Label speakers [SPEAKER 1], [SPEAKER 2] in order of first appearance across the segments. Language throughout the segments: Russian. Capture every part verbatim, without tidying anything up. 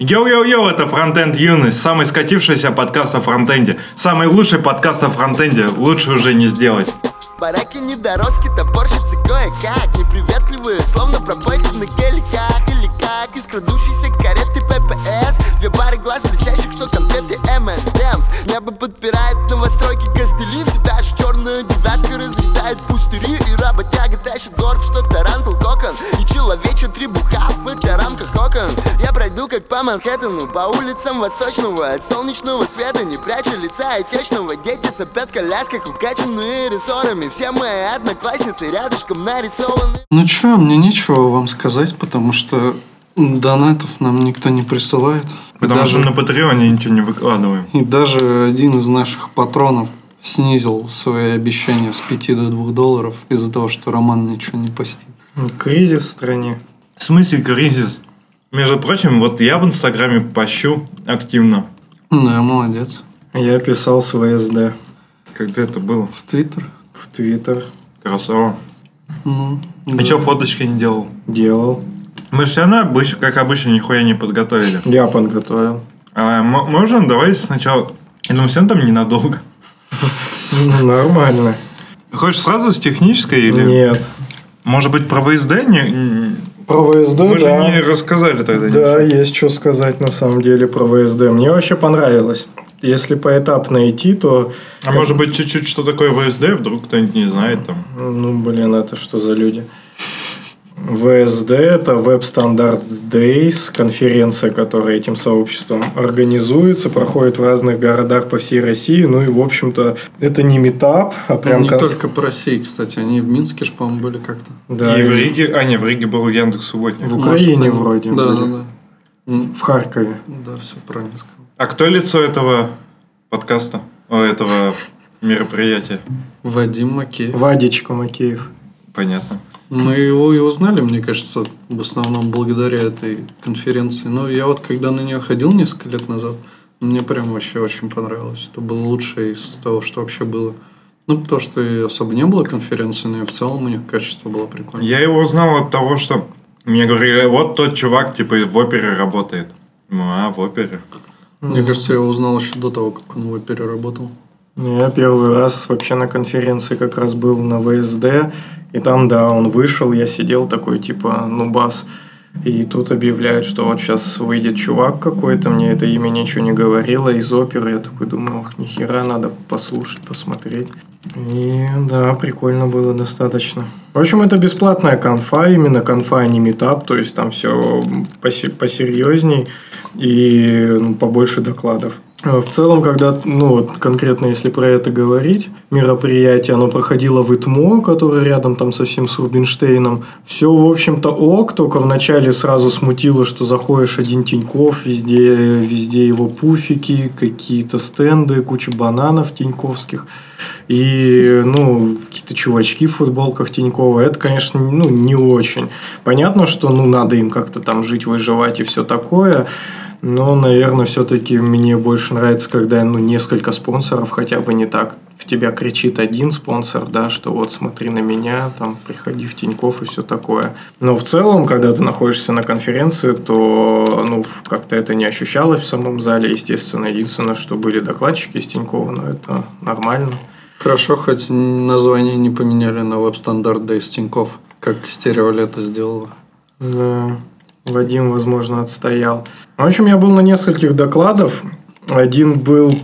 [SPEAKER 1] Йоу-йоу-йоу, это Фронтенд Юность, самый скатившийся подкаст о фронтенде. Самый лучший подкаст о фронтенде, лучше уже не сделать.
[SPEAKER 2] Бараки недоростки топорщицы кое-как неприветливые, словно пропойцы на геликах. Или как из крадущейся кареты ППС. Две пары глаз блестящих, что конфеты эм энд эмс. Небо подпирает новостройки костыли. Все та же черная девятка разрезает пустыри. И работяга тащит горб, что тарантул кокон. И человечья требуха в это рамках окон. Я пройду как по Манхэттену, по улицам Восточного. От солнечного света не пряча лица отечного. Дети сопят в колясках, укачанные рессорами. Все мои одноклассницы рядышком нарисованы.
[SPEAKER 3] Ну чё, мне нечего вам сказать, потому что донатов нам никто не присылает.
[SPEAKER 1] Потому даже, что на Патреоне ничего не выкладываем.
[SPEAKER 3] И даже один из наших патронов снизил свои обещания с пяти до двух долларов из-за того, что Роман ничего не постит.
[SPEAKER 4] Кризис в стране.
[SPEAKER 1] В смысле кризис? Между прочим, вот я в Инстаграме пощу активно.
[SPEAKER 3] Да, молодец.
[SPEAKER 4] Я писал с вэ эс дэ.
[SPEAKER 1] Когда это было?
[SPEAKER 3] В Твиттер.
[SPEAKER 4] В Твиттер.
[SPEAKER 1] Красава.
[SPEAKER 3] Ну,
[SPEAKER 1] а
[SPEAKER 3] да.
[SPEAKER 1] что, фоточки не делал?
[SPEAKER 4] Делал.
[SPEAKER 1] Мы же все равно, как обычно, нихуя не подготовили.
[SPEAKER 4] Я подготовил.
[SPEAKER 1] А, м- можно? Давай сначала... Я думаю, все там ненадолго.
[SPEAKER 4] Ну, нормально.
[SPEAKER 1] Хочешь сразу с технической или...
[SPEAKER 4] Нет.
[SPEAKER 1] Может быть, про вэ эс дэ? Не...
[SPEAKER 4] Про вэ эс дэ,
[SPEAKER 1] Мы
[SPEAKER 4] да.
[SPEAKER 1] же не рассказали тогда.
[SPEAKER 4] Да,
[SPEAKER 1] ничего.
[SPEAKER 4] есть что сказать на самом деле про вэ эс дэ. Мне вообще понравилось. Если поэтапно идти, то...
[SPEAKER 1] А как... может быть, чуть-чуть, что такое вэ эс дэ? Вдруг кто-нибудь не знает там.
[SPEAKER 4] Ну, блин, это что за люди? вэ эс дэ – это Web Standards Days, конференция, которая этим сообществом организуется, проходит в разных городах по всей России. Ну и, в общем-то, это не митап, а прям...
[SPEAKER 3] Не
[SPEAKER 4] кон...
[SPEAKER 3] только по России, кстати. Они в Минске, по-моему, были как-то.
[SPEAKER 4] Да,
[SPEAKER 1] и,
[SPEAKER 4] и
[SPEAKER 1] в Риге... А, не, в Риге был Яндекс.Субботник.
[SPEAKER 4] В Украине Может, вроде
[SPEAKER 3] да,
[SPEAKER 4] были.
[SPEAKER 3] Да, да.
[SPEAKER 4] В Харькове.
[SPEAKER 3] Да, все правильно сказал.
[SPEAKER 1] А кто лицо этого подкаста? О, этого мероприятия?
[SPEAKER 3] Вадим Макеев.
[SPEAKER 4] Вадичка Макеев.
[SPEAKER 1] Понятно.
[SPEAKER 3] Мы его и узнали, мне кажется, в основном благодаря этой конференции. Но я вот когда на нее ходил несколько лет назад, мне прям вообще очень понравилось. Это было лучшее из того, что вообще было. Ну, потому что и особо не было конференции, но и в целом у них качество было прикольное.
[SPEAKER 1] Я его узнал от того, что мне говорили, вот тот чувак, типа, в опере работает. Ну, а, в опере.
[SPEAKER 3] Мне кажется, я его узнал еще до того, как он в опере работал.
[SPEAKER 4] Я первый раз вообще на конференции как раз был на вэ эс дэ. И там, да, он вышел, я сидел такой, типа, нубас. И тут объявляют, что вот сейчас выйдет чувак какой-то, мне это имя ничего не говорило, из оперы. Я такой думаю, ох, нихера, надо послушать, посмотреть. И да, прикольно было достаточно. В общем, это бесплатная конфа, именно конфа, а не митап, то есть там все посерьезней и ну, побольше докладов. В целом, когда, ну вот конкретно если про это говорить, мероприятие, оно проходило в ИТМО, который рядом там совсем с Рубинштейном. Все, в общем-то, ок, только вначале сразу смутило, что заходишь один Тинькофф, везде, везде его пуфики, какие-то стенды, куча бананов тиньковских. И, ну, какие-то чувачки в футболках Тинькова. Это, конечно, ну, не очень. Понятно, что, ну, надо им как-то там жить, выживать и все такое. Но, наверное, все-таки мне больше нравится, когда ну, несколько спонсоров, хотя бы не так. В тебя кричит один спонсор, да, что вот смотри на меня, там, приходи в Тинькофф и все такое. Но в целом, когда ты находишься на конференции, то ну, как-то это не ощущалось в самом зале, естественно. Единственное, что были докладчики из Тинькова, но это нормально.
[SPEAKER 3] Хорошо, хоть название не поменяли на Web Standard Days Тинькофф, как Стереолет это сделала.
[SPEAKER 4] Да. Вадим, возможно, отстоял. В общем, я был на нескольких докладах. Один был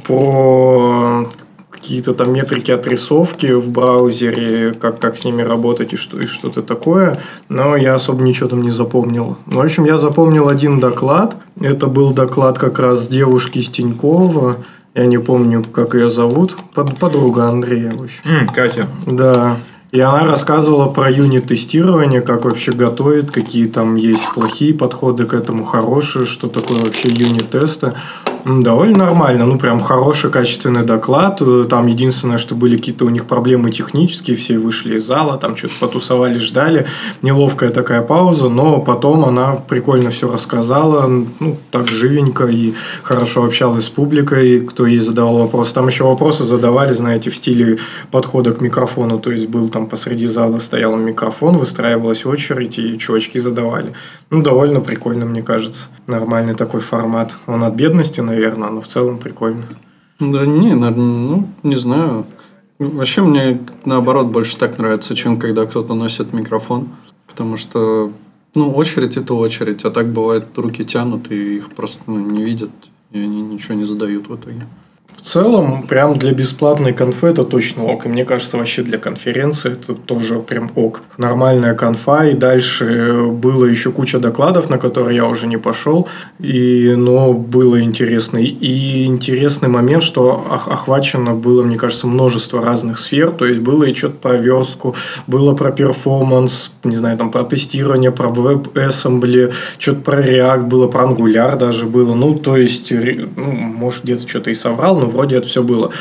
[SPEAKER 4] про какие-то там метрики отрисовки в браузере, как, как с ними работать и, что, и что-то такое. Но я особо ничего там не запомнил. В общем, я запомнил один доклад. Это был доклад как раз девушки из Тинькова. Я не помню, как ее зовут. Под, подруга Андрея. В общем.
[SPEAKER 1] Mm, Катя.
[SPEAKER 4] Да. И она рассказывала про юнит-тестирование, как вообще готовит, какие там есть плохие подходы к этому, хорошие, что такое вообще юнит-тесты. Довольно нормально, ну прям хороший качественный доклад. Там единственное, что были какие-то у них проблемы технические, все вышли из зала, там что-то потусовали, ждали. Неловкая такая пауза, но потом она прикольно все рассказала, ну так живенько и хорошо общалась с публикой, кто ей задавал вопросы. Там еще вопросы задавали, знаете, в стиле подхода к микрофону, то есть был там посреди зала стоял микрофон, выстраивалась очередь и чувачки задавали. Ну довольно прикольно, мне кажется. Нормальный такой формат. Он от бедности, наверное, но в целом прикольно.
[SPEAKER 3] Да не, ну, не знаю. Вообще мне, наоборот, больше так нравится, чем когда кто-то носит микрофон. Потому что, ну, очередь – это очередь. А так бывает, руки тянут, и их просто ну, не видят. И они ничего не задают в итоге.
[SPEAKER 4] В целом, прям для бесплатной конфы это точно ок. И мне кажется, вообще для конференции это тоже прям ок. Нормальная конфа. И дальше было еще куча докладов, на которые я уже не пошел. И, но было интересно. И интересный момент, что охвачено было, мне кажется, множество разных сфер. То есть, было и что-то про верстку, было про перформанс, не знаю, там про тестирование, про веб-ассембли, что-то про React было, про Angular даже было. Ну, то есть, ну, может, где-то что-то и соврал, но вроде это все было.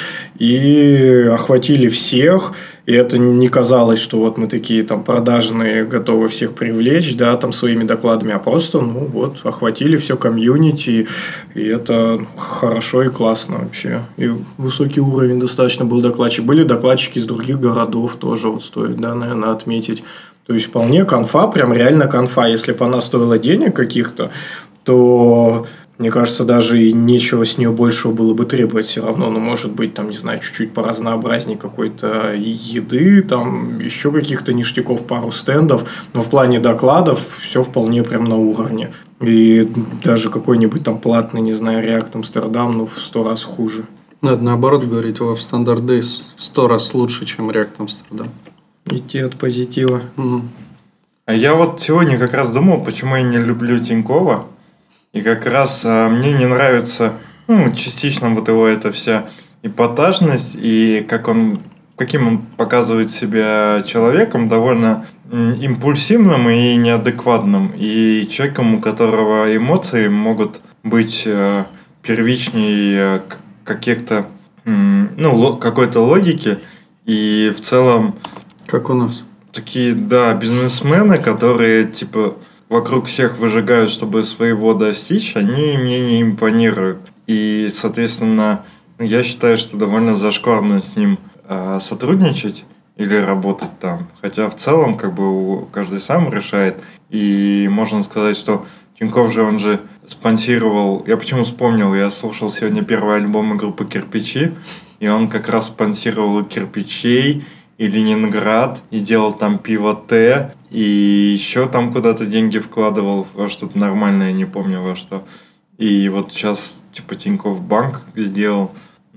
[SPEAKER 4] И охватили всех, и это не казалось, что вот мы такие там продажные, готовы всех привлечь, да, там своими докладами, а просто, ну вот, охватили все комьюнити, и это хорошо и классно вообще. И высокий уровень достаточно был докладчик. Были докладчики из других городов тоже, вот стоит, да, наверное, отметить. То есть, вполне конфа, прям реально конфа. Если бы она стоила денег каких-то, то... Мне кажется, даже и нечего с нее большего было бы требовать все равно. Ну, может быть, там, не знаю, чуть-чуть поразнообразнее какой-то еды, там, еще каких-то ништяков, пару стендов. Но в плане докладов все вполне прям на уровне. И даже какой-нибудь там платный, не знаю, React Amsterdam, ну, в сто раз хуже.
[SPEAKER 3] Надо наоборот говорить, Web Standard Days в сто раз лучше, чем React Amsterdam.
[SPEAKER 4] Идти от позитива.
[SPEAKER 3] Угу.
[SPEAKER 1] А я вот сегодня как раз думал, почему я не люблю Тинькова. И как раз а, мне не нравится, ну, частично вот его эта вся эпатажность и как он, каким он показывает себя человеком, довольно импульсивным и неадекватным. И человеком, у которого эмоции могут быть э, первичнее каких-то, м, ну, ло, какой-то логики. И в целом...
[SPEAKER 3] Как у нас.
[SPEAKER 1] Такие, да, бизнесмены, которые, типа... вокруг всех выжигают, чтобы своего достичь, они мне не импонируют. И, соответственно, я считаю, что довольно зашкварно с ним э, сотрудничать или работать там. Хотя в целом, как бы, каждый сам решает. И можно сказать, что Тинькофф же, он же спонсировал... Я почему вспомнил, я слушал сегодня первый альбом группы «Кирпичи», и он как раз спонсировал «Кирпичей», и Ленинград, и делал там пиво Т, и еще там куда-то деньги вкладывал во что-то нормальное, не помню во что. И вот сейчас типа Тинькофф Банк сделал.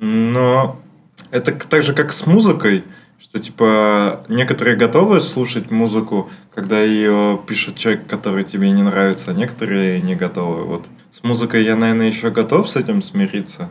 [SPEAKER 1] Но это так же, как с музыкой, что типа некоторые готовы слушать музыку, когда ее пишет человек, который тебе не нравится, а некоторые не готовы. Вот с музыкой я, наверное, еще готов с этим смириться,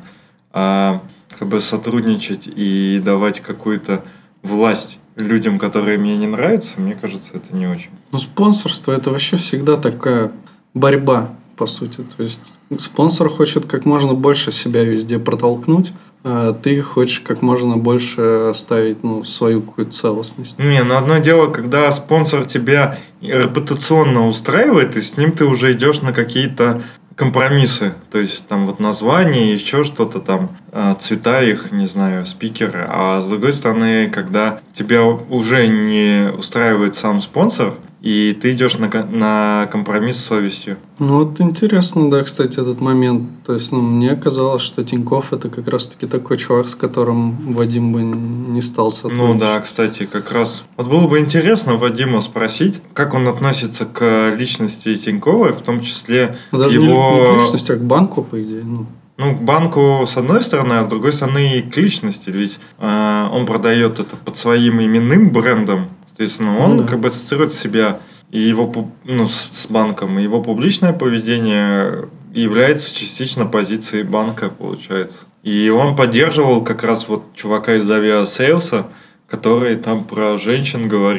[SPEAKER 1] а как бы сотрудничать и давать какую-то власть людям, которые мне не нравятся, мне кажется, это не очень.
[SPEAKER 3] Ну, спонсорство – это вообще всегда такая борьба, по сути. То есть, спонсор хочет как можно больше себя везде протолкнуть, а ты хочешь как можно больше оставить, ну, свою какую-то целостность.
[SPEAKER 1] Не, ну, одно дело, когда спонсор тебя репутационно устраивает, и с ним ты уже идешь на какие-то компромиссы, то есть там вот название, еще что-то там, цвета их, не знаю, спикеры. А с другой стороны, когда тебя уже не устраивает сам спонсор, и ты идешь на, на компромисс с совестью.
[SPEAKER 3] Ну вот интересно, да, кстати, этот момент. То есть, ну, мне казалось, что Тинькофф это как раз-таки такой чувак, с которым Вадим бы не стал сотрудничать.
[SPEAKER 1] Ну да, кстати, как раз. Вот было бы интересно Вадима спросить, как он относится к личности Тинькова, в том числе
[SPEAKER 3] даже
[SPEAKER 1] его...
[SPEAKER 3] не к личности, а к банку, по идее. Ну.
[SPEAKER 1] Ну, к банку с одной стороны, а с другой стороны и к личности. Ведь э, он продает это под своим именным брендом. Соответственно, он ну, да. как бы ассоциирует себя и его, ну, с банком, и его публичное поведение является частично позицией банка, получается. И он поддерживал как раз вот чувака из авиасейлса, который там про женщин говорил.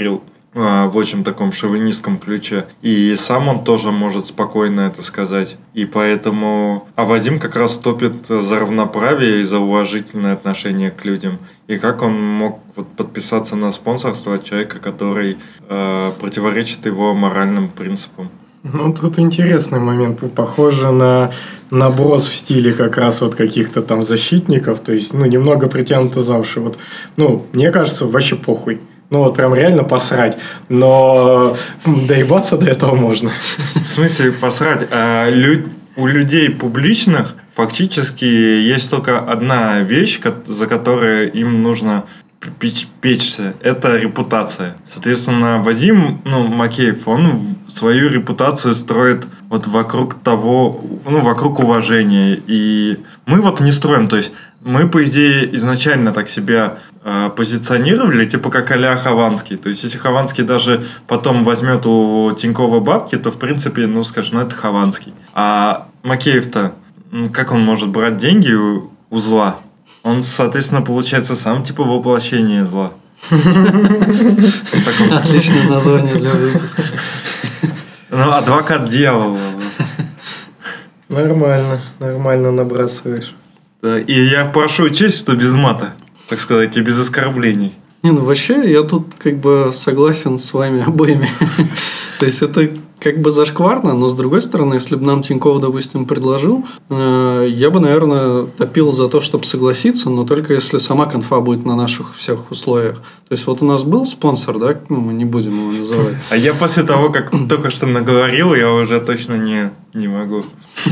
[SPEAKER 1] э, в очень таком шовинистском ключе. И сам он тоже может спокойно это сказать. И поэтому... А Вадим как раз топит за равноправие и за уважительное отношение к людям. И как он мог вот подписаться на спонсорство от человека, который э, противоречит его моральным принципам?
[SPEAKER 4] Ну, тут интересный момент. Похоже на наброс в стиле как раз вот каких-то там защитников. То есть, ну, немного притянуто за уши. Вот, ну, мне кажется, вообще похуй. Ну, вот прям реально посрать. Но доебаться до этого можно.
[SPEAKER 1] В смысле посрать? А лю- у людей публичных фактически есть только одна вещь, за которую им нужно печ- печься. Это репутация. Соответственно, Вадим, ну, Макеев, он свою репутацию строит вот вокруг того, ну, вокруг уважения. И мы вот не строим, то есть мы, по идее, изначально так себя э, позиционировали, типа как а-ля Хованский. То есть, если Хованский даже потом возьмет у Тинькова бабки, то, в принципе, ну, скажешь, ну, это Хованский. А Макеев-то, ну, как он может брать деньги у, у зла? Он, соответственно, получается сам, типа, воплощение зла.
[SPEAKER 3] Отличное название для выпуска.
[SPEAKER 1] Ну, адвокат дьявола.
[SPEAKER 4] Нормально, нормально набрасываешь.
[SPEAKER 1] Да, и я прошу учесть, что без мата, так сказать, и без оскорблений.
[SPEAKER 3] Не, ну вообще я тут как бы согласен с вами обоими. То есть это как бы зашкварно, но с другой стороны, если бы нам Тинькофф, допустим, предложил, я бы, наверное, топил за то, чтобы согласиться, но только если сама конфа будет на наших всех условиях. То есть вот у нас был спонсор, да, ну мы не будем его называть.
[SPEAKER 1] А я после того, как только что наговорил, я уже точно не, не могу.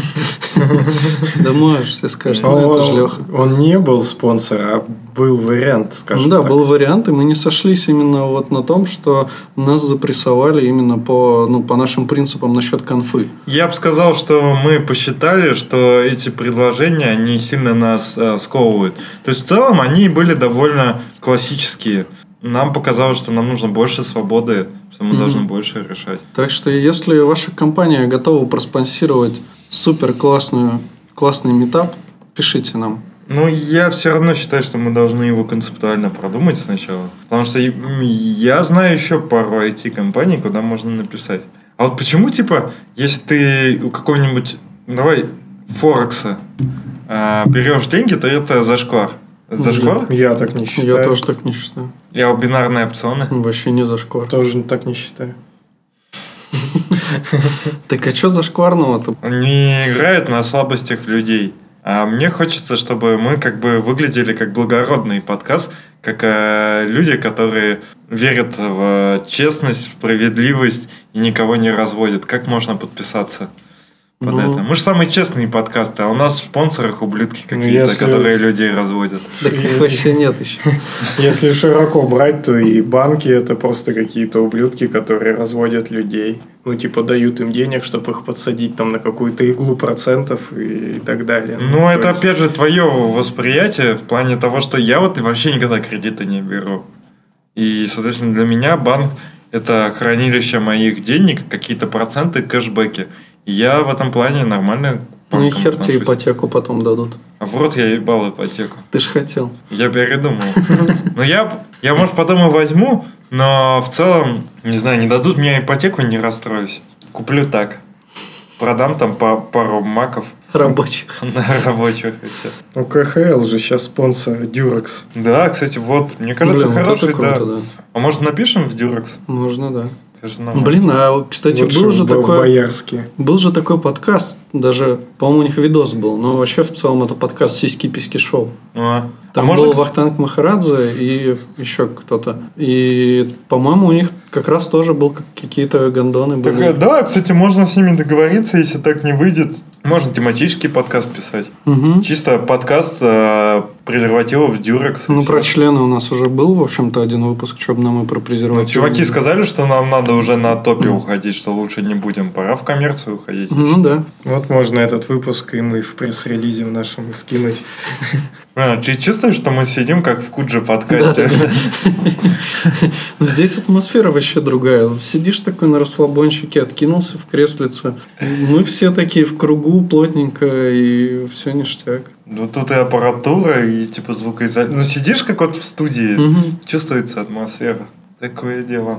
[SPEAKER 3] Да можешь, все скажешь, ну это же Леха.
[SPEAKER 4] Он не был спонсор, а был вариант, скажем
[SPEAKER 3] так. Ну да,
[SPEAKER 4] так.
[SPEAKER 3] был вариант, и мы не сошлись именно вот на том, что нас запрессовали именно по, ну, по нашим принципам насчет конфы.
[SPEAKER 1] Я бы сказал, что мы посчитали, что эти предложения, они сильно нас э, сковывают. То есть, в целом, они были довольно классические. Нам показалось, что нам нужно больше свободы, что мы mm-hmm. должны больше решать.
[SPEAKER 3] Так что, если ваша компания готова проспонсировать супер классную, классный митап, пишите нам.
[SPEAKER 1] Ну, я все равно считаю, что мы должны его концептуально продумать сначала. Потому что я знаю еще пару ай ти-компаний, куда можно написать. А вот почему, типа, если ты у какого-нибудь, давай, Форекса э, берешь деньги, то это зашквар. Это зашквар?
[SPEAKER 4] Я так не считаю.
[SPEAKER 3] Я тоже так не считаю.
[SPEAKER 1] Я у бинарные опционы?
[SPEAKER 3] Вообще не зашквар.
[SPEAKER 4] Тоже так не считаю.
[SPEAKER 3] Так а что зашкварного-то?
[SPEAKER 1] Они играют на слабостях людей. А мне хочется, чтобы мы как бы выглядели как благородный подкаст, как э, люди, которые верят в честность, в справедливость и никого не разводят. Как можно подписаться под ну, это? Мы же самый честный подкаст, а у нас в спонсорах ублюдки какие-то, если... которые людей разводят.
[SPEAKER 3] Так их вообще нет еще.
[SPEAKER 4] Если широко брать, то и банки это просто какие-то ублюдки, которые разводят людей. Ну, типа, дают им денег, чтобы их подсадить там на какую-то иглу процентов и, и так далее.
[SPEAKER 1] Ну, ну это, есть... опять же, твое восприятие в плане того, что я вот вообще никогда кредиты не беру. И, соответственно, для меня банк – это хранилище моих денег, какие-то проценты, кэшбэки. И я в этом плане нормально...
[SPEAKER 3] Ну и хер тебе ипотеку потом дадут.
[SPEAKER 1] А в рот я ебал ипотеку.
[SPEAKER 3] Ты ж хотел.
[SPEAKER 1] Я передумал. Ну, я, я, может, потом и возьму, но в целом, не знаю, не дадут мне ипотеку, не расстроюсь. Куплю так. Продам там по пару маков.
[SPEAKER 3] Рабочих.
[SPEAKER 1] На рабочих.
[SPEAKER 4] У ка ха эл же сейчас спонсор Durex.
[SPEAKER 1] Да, кстати, вот. Мне кажется,
[SPEAKER 3] Блин,
[SPEAKER 1] хороший,
[SPEAKER 3] круто,
[SPEAKER 1] да.
[SPEAKER 3] да.
[SPEAKER 1] А может, напишем в Durex?
[SPEAKER 3] Можно, да.
[SPEAKER 1] Кажется,
[SPEAKER 3] блин, а, кстати,
[SPEAKER 4] лучше
[SPEAKER 3] был же такой...
[SPEAKER 4] Боярский.
[SPEAKER 3] Был же такой подкаст, даже, по-моему, у них видос был, но вообще в целом это подкаст «Сиськи-письки шоу».
[SPEAKER 1] А,
[SPEAKER 3] Там
[SPEAKER 1] а
[SPEAKER 3] был
[SPEAKER 1] может...
[SPEAKER 3] Вахтанг Махарадзе и еще кто-то. И, по-моему, у них как раз тоже был какие-то гондоны были.
[SPEAKER 1] Так, да, кстати, можно с ними договориться, если так не выйдет. Можно тематический подкаст писать.
[SPEAKER 3] Угу.
[SPEAKER 1] Чисто подкаст э, презервативов Durex.
[SPEAKER 3] Ну, про члены у нас уже был, в общем-то, один выпуск, чтобы нам и про презервативы.
[SPEAKER 1] Ну, чуваки сказали, что нам надо уже на топе уходить, что лучше не будем. Пора в коммерцию уходить.
[SPEAKER 3] Ну, да.
[SPEAKER 4] Вот можно этот выпуск и мы в пресс-релизе в нашем скинуть.
[SPEAKER 1] А, ты чувствуешь, что мы сидим как в Куджи подкасте?
[SPEAKER 3] Здесь атмосфера вообще другая. Сидишь такой на расслабончике, откинулся в креслице. Мы все такие в кругу плотненько, и все ништяк.
[SPEAKER 1] Ну, тут и аппаратура, и типа звукоизоляция. Ну, сидишь как вот в студии,
[SPEAKER 3] угу.
[SPEAKER 1] чувствуется атмосфера. Такое дело.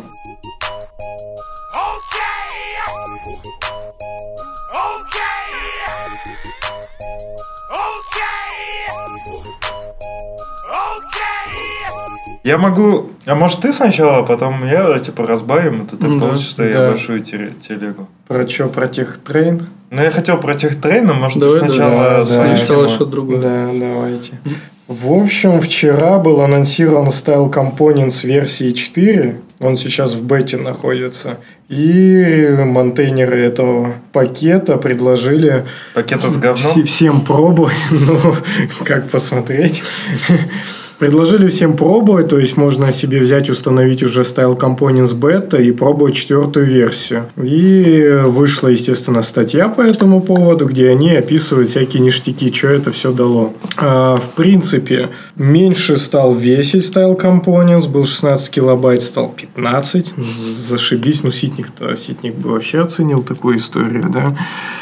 [SPEAKER 1] Я могу... А может ты сначала, а потом я, типа, разбавим, и ты
[SPEAKER 3] Да,
[SPEAKER 1] получишь, что
[SPEAKER 4] да.
[SPEAKER 1] я большую теле- телегу.
[SPEAKER 4] Про что, про техтрейн?
[SPEAKER 1] Ну, я хотел про техтрейн, но может
[SPEAKER 3] Давай,
[SPEAKER 1] ты сначала...
[SPEAKER 4] да, да,
[SPEAKER 1] свою
[SPEAKER 3] Сначала
[SPEAKER 1] тему?
[SPEAKER 3] что-то другое.
[SPEAKER 4] Да, давайте. В общем, вчера был анонсирован Style Components версии четыре. Он сейчас в бете находится. И монтейнеры этого пакета предложили...
[SPEAKER 1] Пакета с говном?
[SPEAKER 4] Все- всем пробовать. Ну, как посмотреть. Предложили всем пробовать, то есть можно себе взять, установить уже Style Components бета и пробовать четвертую версию. И вышла, естественно, статья по этому поводу, где они описывают всякие ништяки, что это все дало. А, в принципе, меньше стал весить Style Components, был шестнадцать килобайт, стал пятнадцать. Зашибись, ну ситник-то, ситник бы вообще оценил такую историю, да.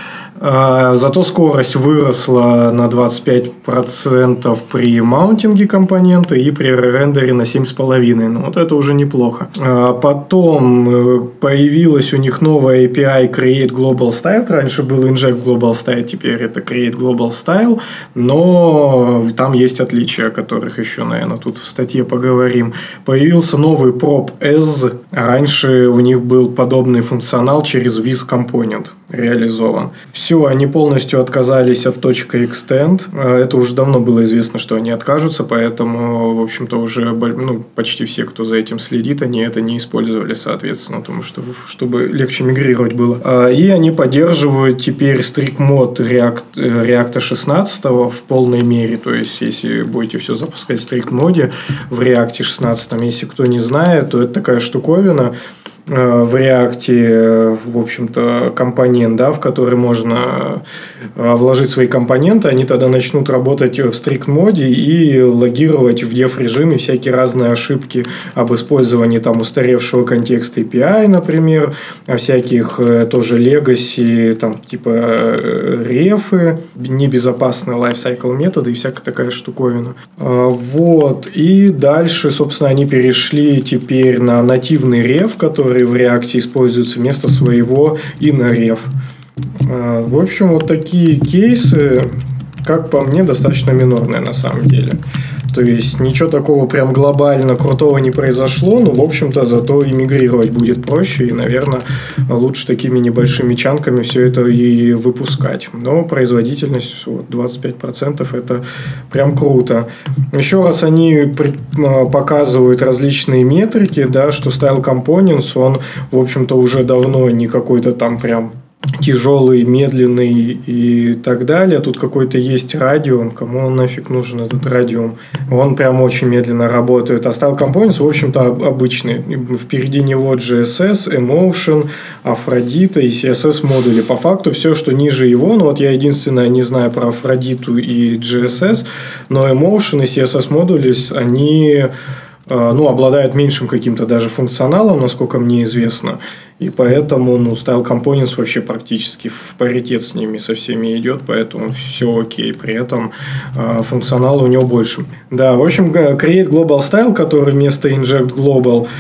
[SPEAKER 4] Зато скорость выросла на двадцать пять процентов при маунтинге компонента и при рендере на семь с половиной. Ну, вот это уже неплохо. Потом появилась у них новая эй пи ай Create Global Style. Раньше был Inject Global Style, теперь это Create Global Style. Но там есть отличия, о которых еще, наверное, тут в статье поговорим. Появился новый Prop As. Раньше у них был подобный функционал через Wiz Component реализован. Все, они полностью отказались от .extend. Это уже давно было известно, что они откажутся, поэтому, в общем-то, уже ну, почти все, кто за этим следит, они это не использовали, соответственно, потому что, чтобы легче мигрировать было. И они поддерживают теперь Strict Mode React, React шестнадцать в полной мере. То есть, если будете все запускать в Strict Mode в React шестнадцать, если кто не знает, то это такая штуковина, в React, в общем-то, компонент, да, в который можно вложить свои компоненты, они тогда начнут работать в strict моде и логировать в def режиме всякие разные ошибки об использовании там устаревшего контекста эй пи ай, например, о всяких тоже legacy, там типа рефы, небезопасные lifecycle методы и всякая такая штуковина. Вот. И дальше, собственно, они перешли теперь на нативный реф, который в React используется вместо своего inRef. В общем, вот такие кейсы, как по мне, достаточно минорные на самом деле. То есть, ничего такого прям глобально крутого не произошло, но, в общем-то, зато и мигрировать будет проще, и, наверное, лучше такими небольшими чанками все это и выпускать. Но производительность вот, двадцать пять процентов это прям круто. Еще раз они показывают различные метрики, да, что Style Components, он, в общем-то, уже давно не какой-то там прям тяжелый, медленный и так далее. Тут какой-то есть радиум. Кому он нафиг нужен, этот радиум? Он прям очень медленно работает. А Style Components, в общем-то, обычный. Впереди него джей эс эс, Emotion, Aphrodite и си эс эс модули. По факту все, что ниже его, ну вот я единственное не знаю про Aphrodite и джей эс эс, но Emotion и си эс эс модули, они ну, обладают меньшим каким-то даже функционалом, насколько мне известно. И поэтому ну, Style Components вообще практически в паритет с ними со всеми идет, поэтому все окей. При этом э, функционала у него больше. Да, в общем, Create Global Style, который вместо Inject Global,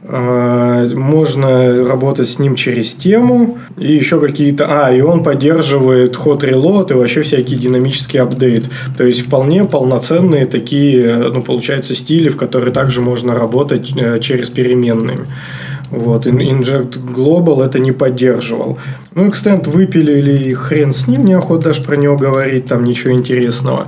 [SPEAKER 4] э, можно работать с ним через тему. И еще какие-то... А, и он поддерживает hot reload и вообще всякий динамический апдейт. То есть, вполне полноценные такие, ну, получается, стили, в которые также можно работать э, через переменными. Вот, Inject Global это не поддерживал. Ну, Extend выпилили, и хрен с ним, неохота даже про него говорить, там ничего интересного.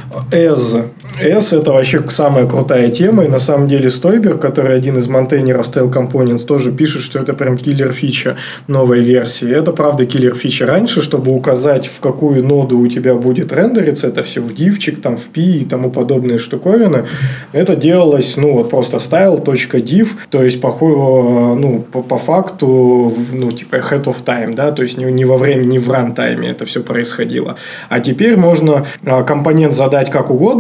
[SPEAKER 4] As. S это вообще самая крутая тема, и на самом деле Стойбер, который один из монтейнеров Style Components, тоже пишет, что это прям киллер фича новой версии. Это правда киллер фича. Раньше, чтобы указать, в какую ноду у тебя будет рендериться, это все в дивчик, там в пи и тому подобные штуковины, это делалось, ну, вот просто style.div, то есть по, ну, по, по факту, ну, типа ahead of time, да, то есть не, не во время, не в рантайме это все происходило. А теперь можно компонент задать как угодно, можешь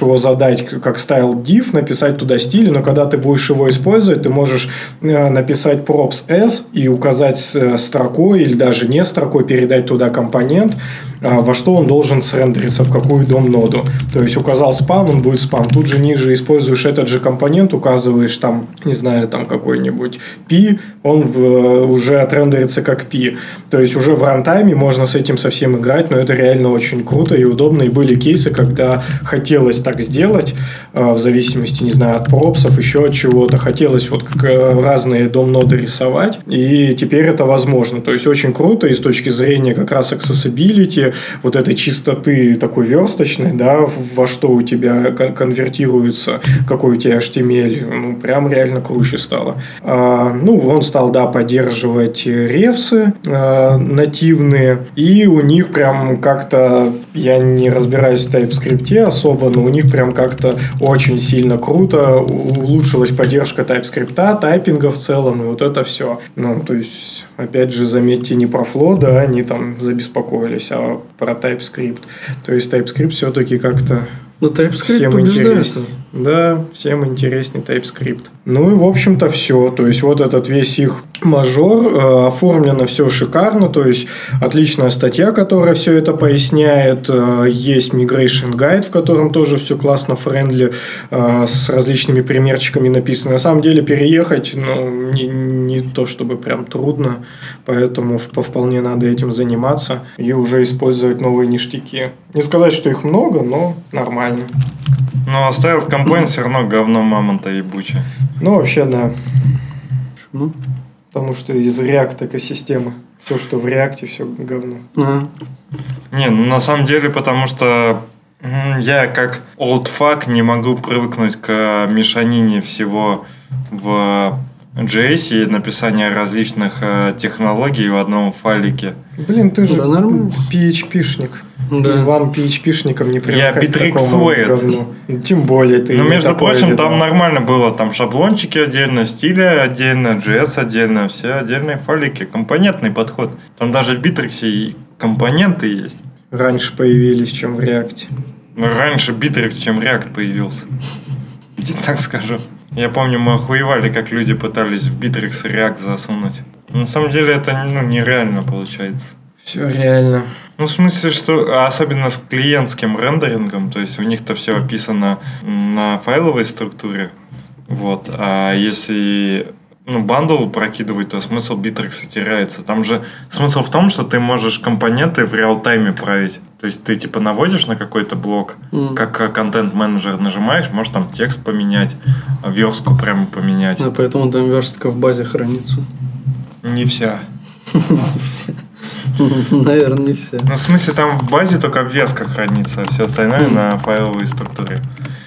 [SPEAKER 4] его задать как style div, написать туда стили, но когда ты будешь его использовать, ты можешь написать props s и указать строкой или даже не строкой, передать туда компонент, во что он должен срендериться, в какую дом-ноду. То есть указал спам, он будет спам. Тут же ниже используешь этот же компонент, указываешь там, не знаю, там какой-нибудь p, он уже отрендерится как p. То есть уже в рантайме можно с этим совсем играть, но это реально очень круто и удобно. И были кейсы, когда хотелось так сделать, в зависимости, не знаю, от пропсов, еще от чего-то. Хотелось вот как разные дом-ноды рисовать, и теперь это возможно. То есть очень круто и с точки зрения как раз accessibility, вот этой чистоты такой версточной, да, во что у тебя конвертируется, какой у тебя эйч ти эм эль, ну, прям реально круче стало. А, ну, он стал, да, поддерживать ревсы а, нативные, и у них прям как-то, я не разбираюсь в TypeScript особо, но у них прям как-то очень сильно круто улучшилась поддержка TypeScript, тайпинга в целом, и вот это все. Ну, то есть, опять же, заметьте, не про Flow, да, они там забеспокоились, а про TypeScript. То есть TypeScript все-таки как-то
[SPEAKER 3] но TypeScript
[SPEAKER 4] всем
[SPEAKER 3] побеждает.
[SPEAKER 4] интересней. Да, всем интересней TypeScript. Ну и в общем-то все. То есть вот этот весь их мажор, э, оформлено все шикарно. То есть отличная статья, которая все это поясняет. Э, есть Migration Guide, в котором тоже все классно, френдли, э, с различными примерчиками написано. На самом деле переехать, ну, не, не то чтобы прям трудно, поэтому вполне надо этим заниматься и уже использовать новые ништяки. Не сказать, что их много, но нормально.
[SPEAKER 1] Но оставил компонент все равно говно мамонта ебучее.
[SPEAKER 4] Ну, вообще, да.
[SPEAKER 3] Почему?
[SPEAKER 4] Потому что из React экосистемы. Все, что в React, все говно.
[SPEAKER 3] Ага.
[SPEAKER 1] Не, ну на самом деле, потому что я как old fuck не могу привыкнуть к мешанине всего в джей эс и написания различных э, технологий в одном файлике.
[SPEAKER 4] Блин, ты же
[SPEAKER 3] да, нормально.
[SPEAKER 4] пи эйч пи-шник.
[SPEAKER 3] Да.
[SPEAKER 4] И вам, пи эйч пи-шникам, не привыкать
[SPEAKER 1] Я
[SPEAKER 4] к такому говну. Тем более ты.
[SPEAKER 1] Ну, между
[SPEAKER 4] такое
[SPEAKER 1] прочим,
[SPEAKER 4] видал.
[SPEAKER 1] там нормально было. Там шаблончики отдельно, стили отдельно, джей эс отдельно, все отдельные файлики. Компонентный подход. Там даже в Bittrex и компоненты есть.
[SPEAKER 4] Раньше появились, чем в React.
[SPEAKER 1] Но раньше Bittrex, чем React появился. Я так скажу. Я помню, мы охуевали, как люди пытались в Bittrex React засунуть. Но на самом деле это ну, нереально получается.
[SPEAKER 4] Все реально.
[SPEAKER 1] Ну, в смысле, что особенно с клиентским рендерингом, то есть у них-то все описано на файловой структуре. Вот. А если ну, бандл прокидывать, то смысл Bittrex теряется. Там же смысл в том, что ты можешь компоненты в реал-тайме править. То есть ты типа наводишь на какой-то блок, mm. как контент-менеджер нажимаешь, можешь там текст поменять, верстку прямо поменять.
[SPEAKER 3] Да, поэтому там верстка в базе хранится.
[SPEAKER 1] Не вся.
[SPEAKER 3] Не все. Наверное, не все.
[SPEAKER 1] Ну, в смысле, там в базе только обвеска хранится, а все остальное на файловой структуре.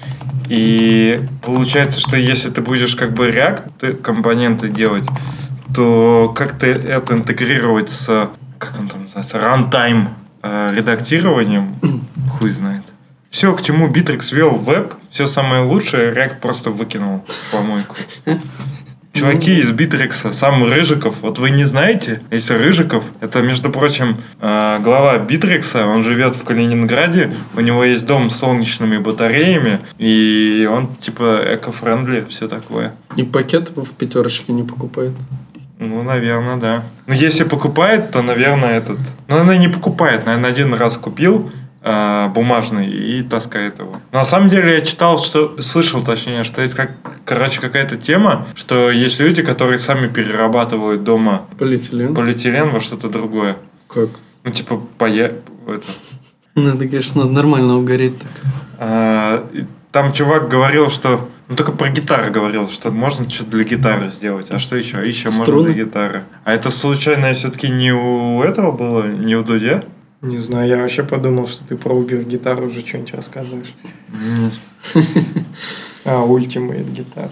[SPEAKER 1] И получается, что если ты будешь как бы React компоненты делать, то как ты это интегрировать с, как он там называется, runtime э, редактированием, хуй знает. Все, к чему Bittrex вел в веб, все самое лучшее, React просто выкинул в помойку. Чуваки из Bittrex, сам Рыжиков, вот вы не знаете, если Рыжиков, это, между прочим, глава Bittrex, он живет в Калининграде, у него есть дом с солнечными батареями, и он типа эко-френдли, все такое.
[SPEAKER 3] И пакет в пятерочке не покупает?
[SPEAKER 1] Ну, наверное, да. Но если покупает, то, наверное, этот... Ну, она не покупает, наверное, один раз купил, бумажный и таскает его. Но на самом деле я читал, что слышал, точнее, что есть как, короче, какая-то тема, что есть люди, которые сами перерабатывают дома
[SPEAKER 3] полиэтилен,
[SPEAKER 1] полиэтилен во что-то другое.
[SPEAKER 3] Как?
[SPEAKER 1] Ну, типа, поя... это.
[SPEAKER 3] Надо, конечно, надо нормально угореть так.
[SPEAKER 1] А, там чувак говорил, что... Ну, только про гитары говорил, что можно что-то для гитары сделать. А что еще? Еще
[SPEAKER 3] Струны?
[SPEAKER 1] можно для гитары. А это случайно все-таки не у этого было? Не у Дудя?
[SPEAKER 4] Не знаю, я вообще подумал, что ты про Uber гитару уже что-нибудь рассказываешь.
[SPEAKER 1] Нет.
[SPEAKER 4] А, Ultimate гитар.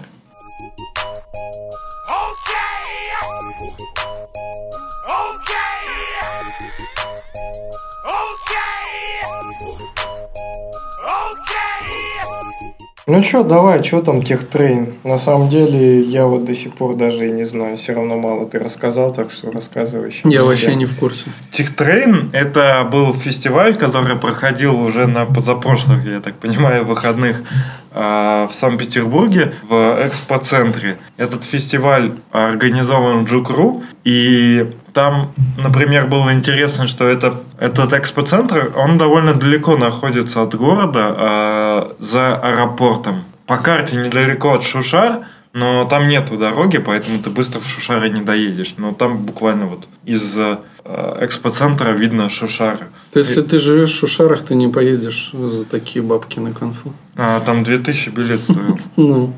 [SPEAKER 4] Ну что, давай, что там техтрейн? На самом деле, я вот до сих пор даже и не знаю, все равно мало ты рассказал, так что рассказывай.
[SPEAKER 3] Я вообще не в курсе.
[SPEAKER 1] Техтрейн – это был фестиваль, который проходил уже на позапрошлых, я так понимаю, выходных в Санкт-Петербурге в экспоцентре. Этот фестиваль организован Джукру, и там, например, было интересно, что это, этот экспоцентр, он довольно далеко находится от города, э, за аэропортом. По карте недалеко от Шушар, но там нету дороги, поэтому ты быстро в Шушары не доедешь. Но там буквально вот из э, экспоцентра видно Шушары.
[SPEAKER 3] То есть, если ты живешь в Шушарах, ты не поедешь за такие бабки на конфу?
[SPEAKER 1] А, там две тысячи билет стоил.
[SPEAKER 3] Ну...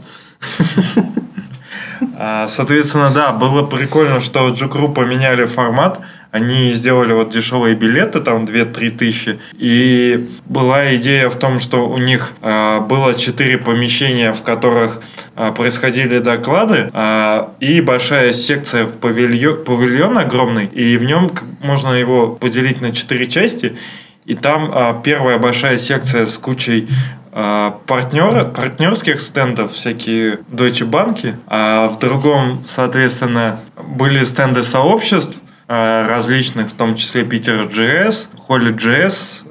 [SPEAKER 1] Соответственно, да, было прикольно, что Джукру поменяли формат. Они сделали вот дешевые билеты, там две-три тысячи. И была идея в том, что у них э, было четыре помещения, в которых э, происходили доклады, э, и большая секция в павильон, павильон огромный, и в нем можно его поделить на четыре части. И там э, первая большая секция с кучей партнер, партнерских стендов, всякие Deutsche Банки, а в другом, соответственно, были стенды сообществ различных, в том числе Питер.js, Holy.js,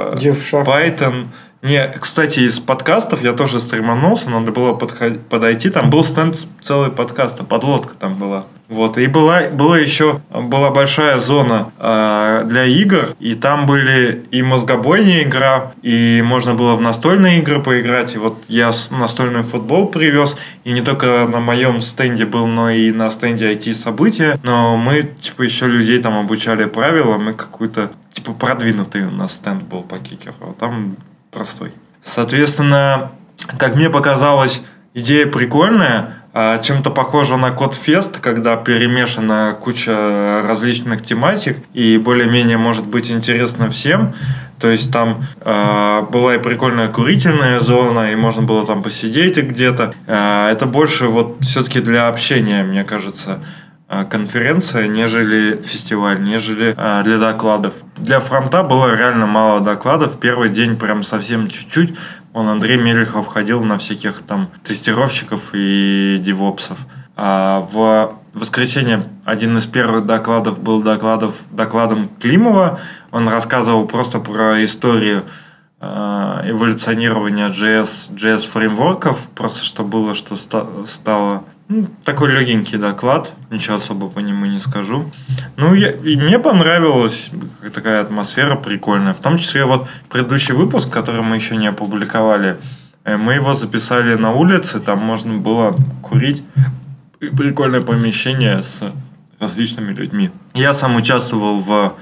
[SPEAKER 1] Python. Не, кстати, из подкастов я тоже стриманулся, надо было подходить, подойти, там был стенд целый подкаста, подлодка там была. Вот, и была, была еще была большая зона э, для игр, и там были и мозгобойная игра, и можно было в настольные игры поиграть. И вот я настольный футбол привез, и не только на моем стенде был, но и на стенде ай ти-события. Но мы, типа, еще людей там обучали правилам, и какой-то, типа, продвинутый у нас стенд был по кикеру, а там простой. Соответственно, как мне показалось, идея прикольная, чем-то похожа на Кодфест, когда перемешана куча различных тематик и более-менее может быть интересно всем. То есть там э, была и прикольная курительная зона, и можно было там посидеть и где-то. Э, это больше вот все-таки для общения, мне кажется, конференция, нежели фестиваль, нежели э, для докладов. Для фронта было реально мало докладов. Первый день прям совсем чуть-чуть. Он, Андрей Мелехов, ходил на всяких там тестировщиков и девопсов. А в воскресенье один из первых докладов был докладов, докладом Климова. Он рассказывал просто про историю э, эволюционирования джей эс, джей эс-фреймворков. Просто что было, что ста- стало... Ну, такой легенький доклад, ничего особо по нему не скажу. Ну, я, и мне понравилась такая атмосфера прикольная. В том числе вот предыдущий выпуск, который мы еще не опубликовали, мы его записали на улице, там можно было курить. И прикольное помещение с различными людьми. Я сам участвовал в,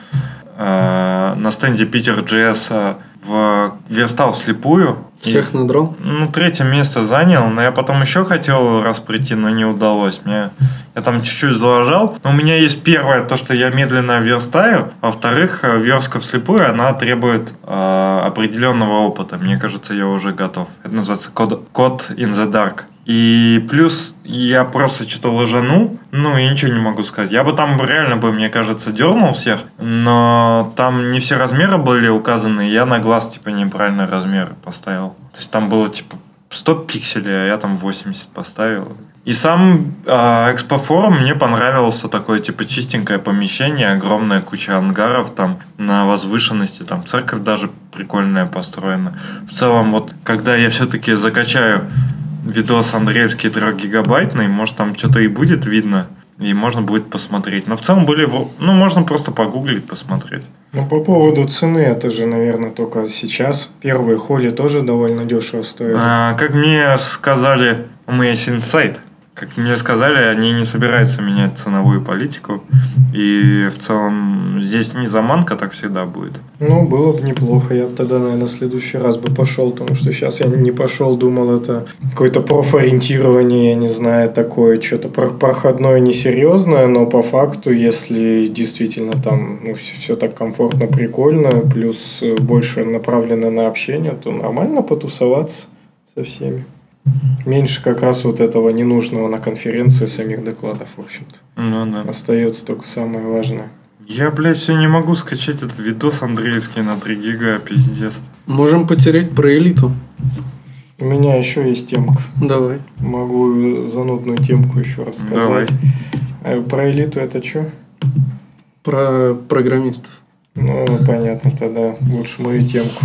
[SPEAKER 1] э, на стенде Питер.js, в верстал вслепую.
[SPEAKER 3] Всех надрал?
[SPEAKER 1] Ну, третье место занял, но я потом еще хотел раз прийти, но не удалось. Мне, я там чуть-чуть залажал. Но у меня есть первое, то, что я медленно верстаю. А во-вторых, верстка вслепую, она требует э, определенного опыта. Мне кажется, я уже готов. Это называется код, код in the dark. И плюс я просто что-то ложанул, ну и ничего не могу сказать. Я бы там реально бы, мне кажется, дернул всех, но там не все размеры были указаны, и я на глаз типа неправильный размер поставил. То есть там было типа сто пикселей, а я там восемьдесят поставил. И сам э, экспофорум мне понравился, такое типа чистенькое помещение, огромная куча ангаров там на возвышенности, там церковь даже прикольная построена. В целом вот, когда я все-таки закачаю видос андреевский трехгигабайтный, может там что-то и будет видно, и можно будет посмотреть. Но в целом были, ну можно просто погуглить, посмотреть.
[SPEAKER 4] Ну по поводу цены, это же, наверное, только сейчас. Первые холли тоже довольно дешево стоят.
[SPEAKER 1] А, как мне сказали, у меня есть инсайт. Как мне сказали, они не собираются менять ценовую политику. И в целом здесь не заманка, так всегда будет.
[SPEAKER 4] Ну, было бы неплохо. Я бы тогда, наверное, в следующий раз бы пошел. Потому что сейчас я не пошел, думал, это какое-то профориентирование, я не знаю, такое что-то проходное, несерьезное. Но по факту, если действительно там ну, все, все так комфортно, прикольно, плюс больше направлено на общение, то нормально потусоваться со всеми. Меньше как раз вот этого ненужного на конференции самих докладов, в общем-то.
[SPEAKER 1] Ну да.
[SPEAKER 4] Остается только самое важное.
[SPEAKER 1] Я, блядь, все не могу скачать этот видос андреевский на три гига, пиздец.
[SPEAKER 3] Можем потереть про элиту.
[SPEAKER 4] У меня еще есть темка.
[SPEAKER 3] Давай.
[SPEAKER 4] Могу занудную темку еще рассказать. Давай. Про элиту это что?
[SPEAKER 3] Про программистов.
[SPEAKER 4] Ну, понятно, тогда лучше мою темку.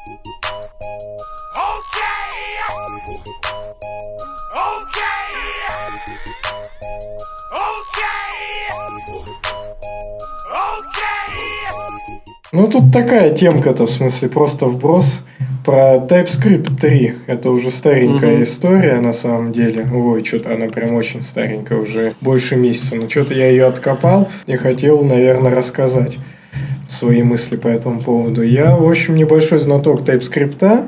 [SPEAKER 4] Ну, тут такая темка-то, в смысле, просто вброс про TypeScript три. Это уже старенькая mm-hmm. история, на самом деле. Ой, что-то она прям очень старенькая, уже больше месяца. Но что-то я ее откопал и хотел, наверное, рассказать свои мысли по этому поводу. Я, в общем, небольшой знаток TypeScript,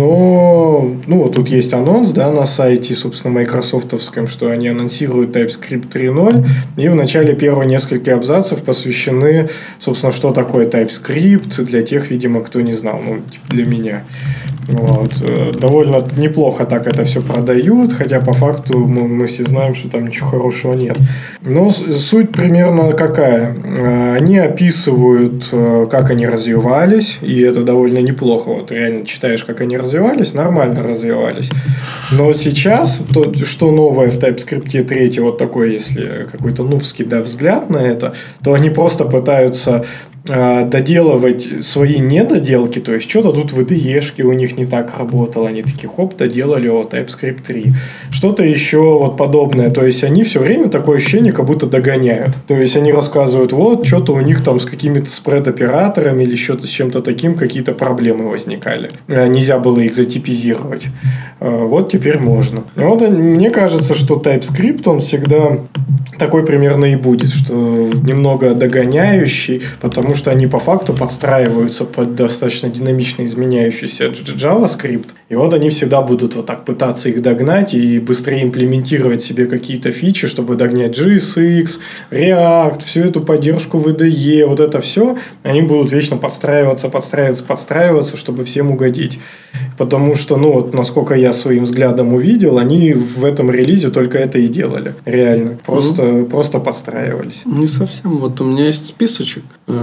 [SPEAKER 4] но ну, вот тут есть анонс, да, на сайте, собственно, майкрософтовском, что они анонсируют TypeScript три ноль, и в начале первого несколько абзацев посвящены, собственно, что такое TypeScript, для тех, видимо, кто не знал, ну, типа для меня. Вот. Довольно неплохо так это все продают, хотя по факту мы, мы все знаем, что там ничего хорошего нет. Но суть примерно какая? Они описывают, как они развивались, и это довольно неплохо. Вот реально читаешь, как они развивались, нормально развивались. Но сейчас, то, что новое в TypeScript три, вот такой, если какой-то нубский, да, взгляд на это, то они просто пытаются доделывать свои недоделки, то есть что-то тут в ай ди и-шке у них не так работало, они такие, хоп, доделали о TypeScript три. Что-то еще вот подобное, то есть они все время такое ощущение, как будто догоняют. То есть они рассказывают, вот, что-то у них там с какими-то спред-операторами или что-то с чем-то таким какие-то проблемы возникали. Нельзя было их затипизировать. Вот теперь можно. Вот мне кажется, что TypeScript, он всегда такой примерно и будет, что немного догоняющий, потому что они по факту подстраиваются под достаточно динамично изменяющийся JavaScript. И вот они всегда будут вот так пытаться их догнать и быстрее имплементировать себе какие-то фичи, чтобы догнать джей эс икс, React, всю эту поддержку ви ди и, вот это все. Они будут вечно подстраиваться, подстраиваться, подстраиваться, чтобы всем угодить. Потому что, ну вот, насколько я своим взглядом увидел, они в этом релизе только это и делали. Реально. Просто, mm-hmm. просто подстраивались.
[SPEAKER 3] Не совсем. Вот у меня есть списочек.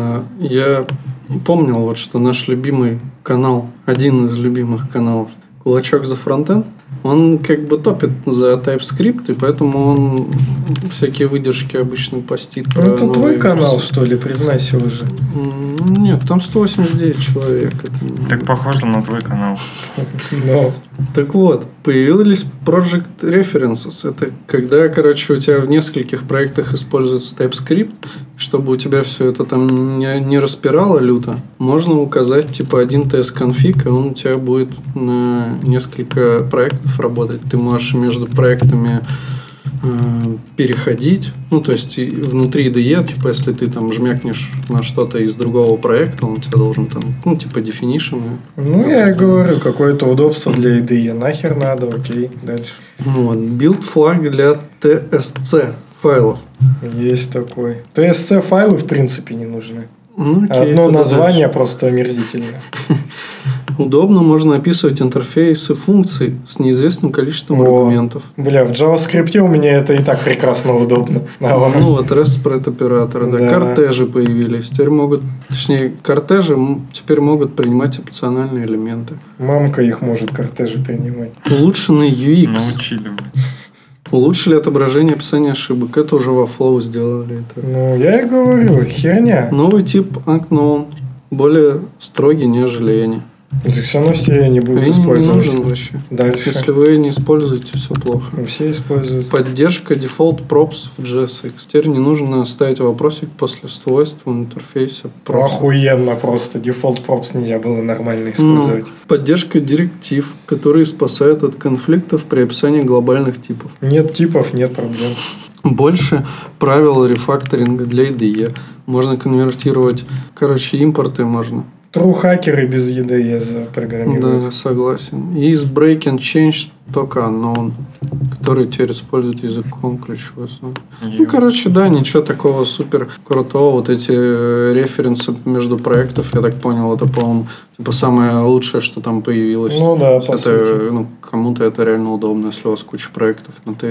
[SPEAKER 3] Я помнил, вот, что наш любимый канал, один из любимых каналов, Кулачок за фронтенд, он как бы топит за TypeScript, и поэтому он всякие выдержки обычно постит.
[SPEAKER 4] Ну, это твой версии. Канал, что ли? Признайся уже.
[SPEAKER 3] Нет, там сто восемьдесят девять человек. Это...
[SPEAKER 1] Так похоже на твой канал.
[SPEAKER 3] No. Так вот, появились Project References. Это когда, короче, у тебя в нескольких проектах используется TypeScript, чтобы у тебя все это там не, не распирало люто, можно указать типа один ти эс-конфиг, и он у тебя будет на несколько проектов работать. Ты можешь между проектами э, переходить. Ну, то есть, внутри ай ди и, типа, если ты там жмякнешь на что-то из другого проекта, он тебе должен там, ну, типа, definition.
[SPEAKER 4] Ну, я и говорю, какое-то удобство для ай ди и. Нахер надо, окей, дальше.
[SPEAKER 3] Вот. Build флаг для ти эс си файлов.
[SPEAKER 4] Есть такой. ти эс си файлы, в принципе, не нужны.
[SPEAKER 3] Ну, окей,
[SPEAKER 4] одно название дальше. Просто омерзительное.
[SPEAKER 3] Удобно можно описывать интерфейсы функций с неизвестным количеством О, аргументов.
[SPEAKER 4] Бля, в JavaScript у меня это и так прекрасно удобно.
[SPEAKER 3] Ну вот REST операторы, да. да. Кортежи появились. Теперь могут, точнее, кортежи теперь могут принимать опциональные элементы.
[SPEAKER 4] Мамка их может кортежи принимать.
[SPEAKER 3] Улучшенный ю экс.
[SPEAKER 1] Научили.
[SPEAKER 3] Улучшили отображение описания ошибок. Это уже во Flow сделали. Это.
[SPEAKER 4] Ну, я и говорю, херня.
[SPEAKER 3] Новый тип unknown. Более строгий, нежели они.
[SPEAKER 4] Все равно все не будут использовать.
[SPEAKER 3] Не нужен вообще.
[SPEAKER 4] Дальше.
[SPEAKER 3] Если вы не используете, все плохо.
[SPEAKER 4] Все используют.
[SPEAKER 3] Поддержка default props в джей эс икс. Теперь не нужно ставить вопросик после свойств в интерфейсе.
[SPEAKER 4] Props. Охуенно просто. Default props нельзя было нормально использовать.
[SPEAKER 3] Ну, поддержка директив, которые спасают от конфликтов при описании глобальных типов.
[SPEAKER 4] Нет типов, нет проблем.
[SPEAKER 3] Больше правил рефакторинга для ай ди и. Можно конвертировать, короче, импорты можно.
[SPEAKER 4] Тру-хакеры без и ди и запрограммируют.
[SPEAKER 3] Да, согласен. Is break and change только unknown, который теперь использует языком ключевой основы. Ну, короче, да, ничего такого супер крутого. Вот эти референсы между проектов, я так понял, это, по-моему, типа самое лучшее, что там появилось.
[SPEAKER 4] Ну да, по
[SPEAKER 3] это,
[SPEAKER 4] сути.
[SPEAKER 3] Ну, кому-то это реально удобно, если у вас куча проектов на ти эс.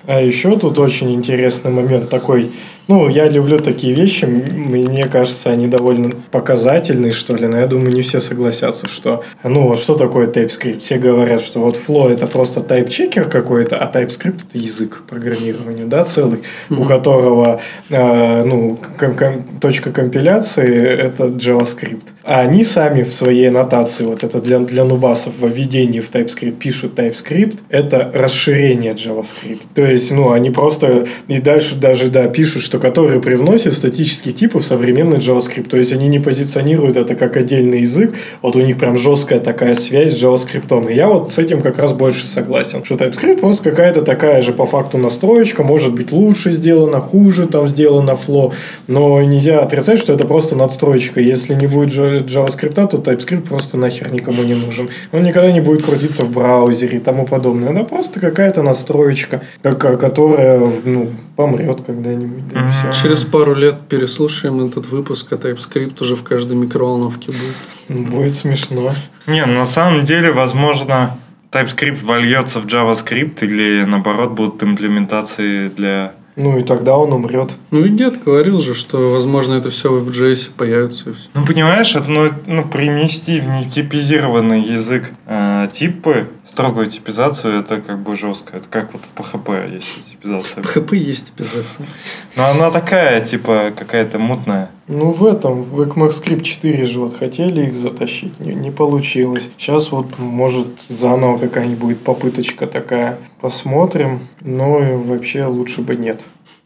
[SPEAKER 4] А еще тут очень интересный момент такой. Ну, я люблю такие вещи. Мне кажется, они довольно показательные, что ли. Но я думаю, не все согласятся, что... Ну, вот что такое TypeScript? Все говорят, что вот Flow – это просто тайп-чекер какой-то, а TypeScript – это язык программирования, да, целый, mm-hmm. у которого э, ну, ком- ком- точка компиляции – это JavaScript. А они сами в своей аннотации, вот это для, для нубасов, во введении в TypeScript пишут TypeScript – это расширение JavaScript. То есть, ну, они просто и дальше даже, да, пишут, что который привносит статические типы в современный JavaScript. То есть, они не позиционируют это как отдельный язык. Вот у них прям жесткая такая связь с JavaScript. И я вот с этим как раз больше согласен. Что TypeScript просто какая-то такая же по факту настроечка. Может быть, лучше сделана, хуже там сделана Flow. Но нельзя отрицать, что это просто надстроечка. Если не будет JavaScript, то TypeScript просто нахер никому не нужен. Он никогда не будет крутиться в браузере и тому подобное. Это просто какая-то настроечка, которая, ну, помрет когда-нибудь. Да,
[SPEAKER 3] mm-hmm. Через пару лет переслушаем этот выпуск, а TypeScript уже в каждой микроволновке будет.
[SPEAKER 4] Будет смешно.
[SPEAKER 1] Не, на самом деле, возможно, TypeScript вольется в JavaScript или, наоборот, будут имплементации для...
[SPEAKER 4] Ну, и тогда он умрет.
[SPEAKER 3] Ну, и дед говорил же, что, возможно, это все в джей эс появится. И все.
[SPEAKER 1] Ну, понимаешь, это, ну, ну, принести в нетипизированный язык э, типы, строгую типизацию, это как бы жестко. Это как вот в пи эйч пи есть типизация.
[SPEAKER 3] В пи эйч пи есть типизация.
[SPEAKER 1] Но она такая, типа, какая-то мутная.
[SPEAKER 4] Ну, в этом, в ECMAScript четыре же вот хотели их затащить, не, не получилось. Сейчас вот, может, заново какая-нибудь будет попыточка такая. Посмотрим, но вообще лучше бы нет.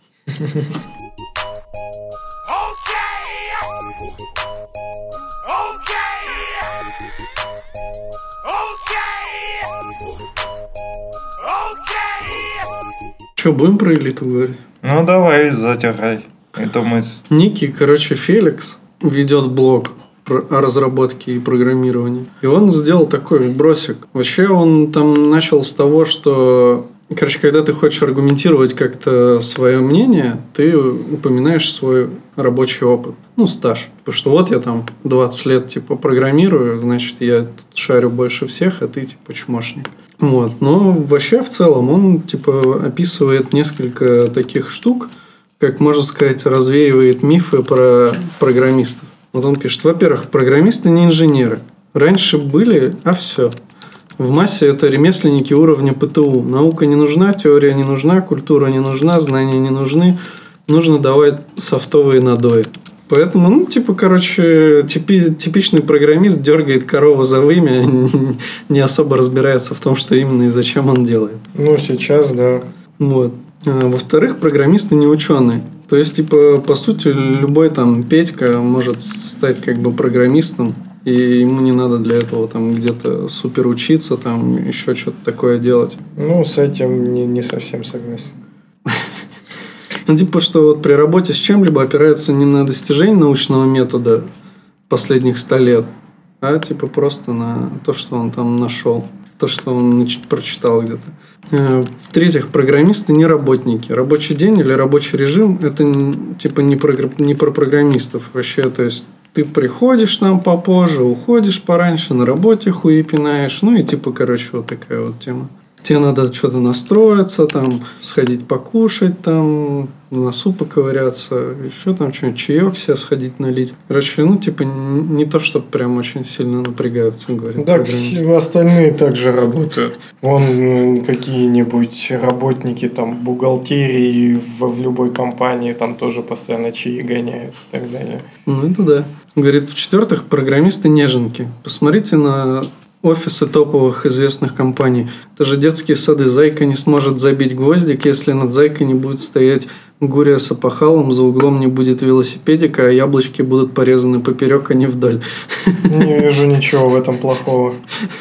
[SPEAKER 3] Че, будем про элиту говорить?
[SPEAKER 1] Ну, давай, затирай. Это мы...
[SPEAKER 3] Некий, короче, Феликс ведет блог о разработке и программировании. И он сделал такой вбросик. Вообще он там начал с того, что... Короче, когда ты хочешь аргументировать как-то свое мнение, ты упоминаешь свой рабочий опыт. Ну, стаж. Потому что вот я там двадцать лет, типа, программирую, значит, я шарю больше всех, а ты, типа, чмошник. Вот. Но вообще, в целом, он, типа, описывает несколько таких штук, как можно сказать, развеивает мифы про программистов. Вот он пишет: во-первых, программисты не инженеры. Раньше были, а все. В массе это ремесленники уровня пэ тэ у. Наука не нужна, теория не нужна, культура не нужна, знания не нужны. Нужно давать софтовые надои. Поэтому, ну, типа, короче, типи, типичный программист дергает корову за вымя, не особо разбирается в том, что именно и зачем он делает.
[SPEAKER 4] Ну, сейчас, да.
[SPEAKER 3] Вот. Во-вторых, программисты не ученые. То есть, типа, по сути, любой там Петька может стать как бы программистом, и ему не надо для этого там где-то супер учиться, там еще что-то такое делать.
[SPEAKER 4] Ну, с этим не, не совсем согласен.
[SPEAKER 3] Ну, типа, что вот при работе с чем-либо опирается не на достижение научного метода последних ста лет, а типа просто на то, что он там нашел, то, что он прочитал где-то. В-третьих, программисты не работники. Рабочий день или рабочий режим – это типа не про, не про программистов вообще. То есть, ты приходишь там попозже, уходишь пораньше, на работе хуи пинаешь. Ну и типа, короче, вот такая вот тема. Тебе надо что-то настроиться, там, сходить покушать, там, в носу поковыряться, еще там что-нибудь, чаек себе сходить налить. Короче, ну, типа, не то, что прям очень сильно напрягаются, говорит.
[SPEAKER 4] Да, все остальные также работают. Вон какие-нибудь работники там бухгалтерии в, в любой компании там тоже постоянно чаи гоняют и так далее.
[SPEAKER 3] Ну, это да. Говорит, в-четвертых, программисты неженки. Посмотрите на офисы топовых известных компаний. Это же детские сады. Зайка не сможет забить гвоздик, если над зайкой не будет стоять гурия с опахалом, за углом не будет велосипедика, а яблочки будут порезаны поперек, а не вдоль.
[SPEAKER 4] Не вижу ничего в этом плохого.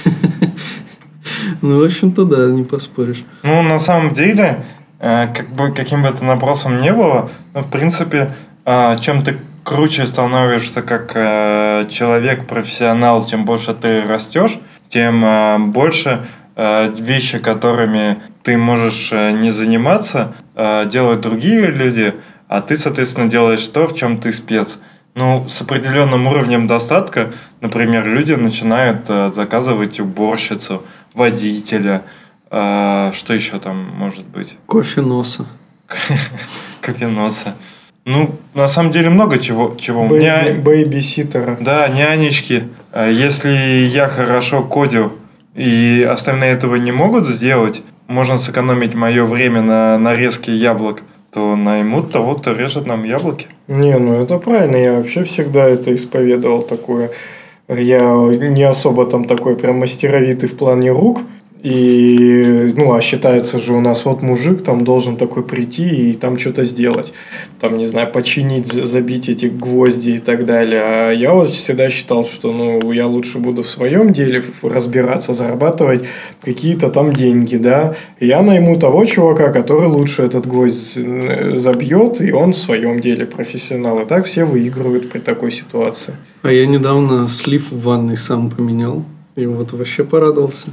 [SPEAKER 3] Ну, в общем-то, да, не поспоришь.
[SPEAKER 1] Ну, на самом деле, как бы, каким бы это вопросом ни было, в принципе, чем ты круче становишься как э, человек-профессионал, чем больше ты растешь, тем э, больше э, вещи, которыми ты можешь э, не заниматься, э, делают другие люди, а ты, соответственно, делаешь то, в чем ты спец. Ну, с определенным уровнем достатка, например, люди начинают э, заказывать уборщицу, водителя, А, что еще там может быть?
[SPEAKER 3] Кофе носа.
[SPEAKER 1] Кофе носа. Ну, на самом деле много чего. чего.
[SPEAKER 4] Бэй-
[SPEAKER 1] Ня-
[SPEAKER 4] Бэйбиситера.
[SPEAKER 1] Да, нянечки. А Если я хорошо кодю, и остальные этого не могут сделать, можно сэкономить мое время на нарезке яблок, то наймут того, кто режет нам яблоки.
[SPEAKER 4] Не, ну это правильно, я вообще всегда это исповедовал такое. Я не особо там такой прям мастеровитый в плане рук. И, ну, а считается же у нас вот мужик там должен такой прийти и там что-то сделать. Там, не знаю, починить, за- забить эти гвозди и так далее. А я вот всегда считал, что, ну, я лучше буду в своем деле в- разбираться, зарабатывать какие-то там деньги, да. И я найму того чувака, который лучше этот гвоздь э, забьет, и он в своем деле профессионал. И так все выигрывают при такой ситуации.
[SPEAKER 3] А я недавно слив в ванной сам поменял. И вот вообще порадовался.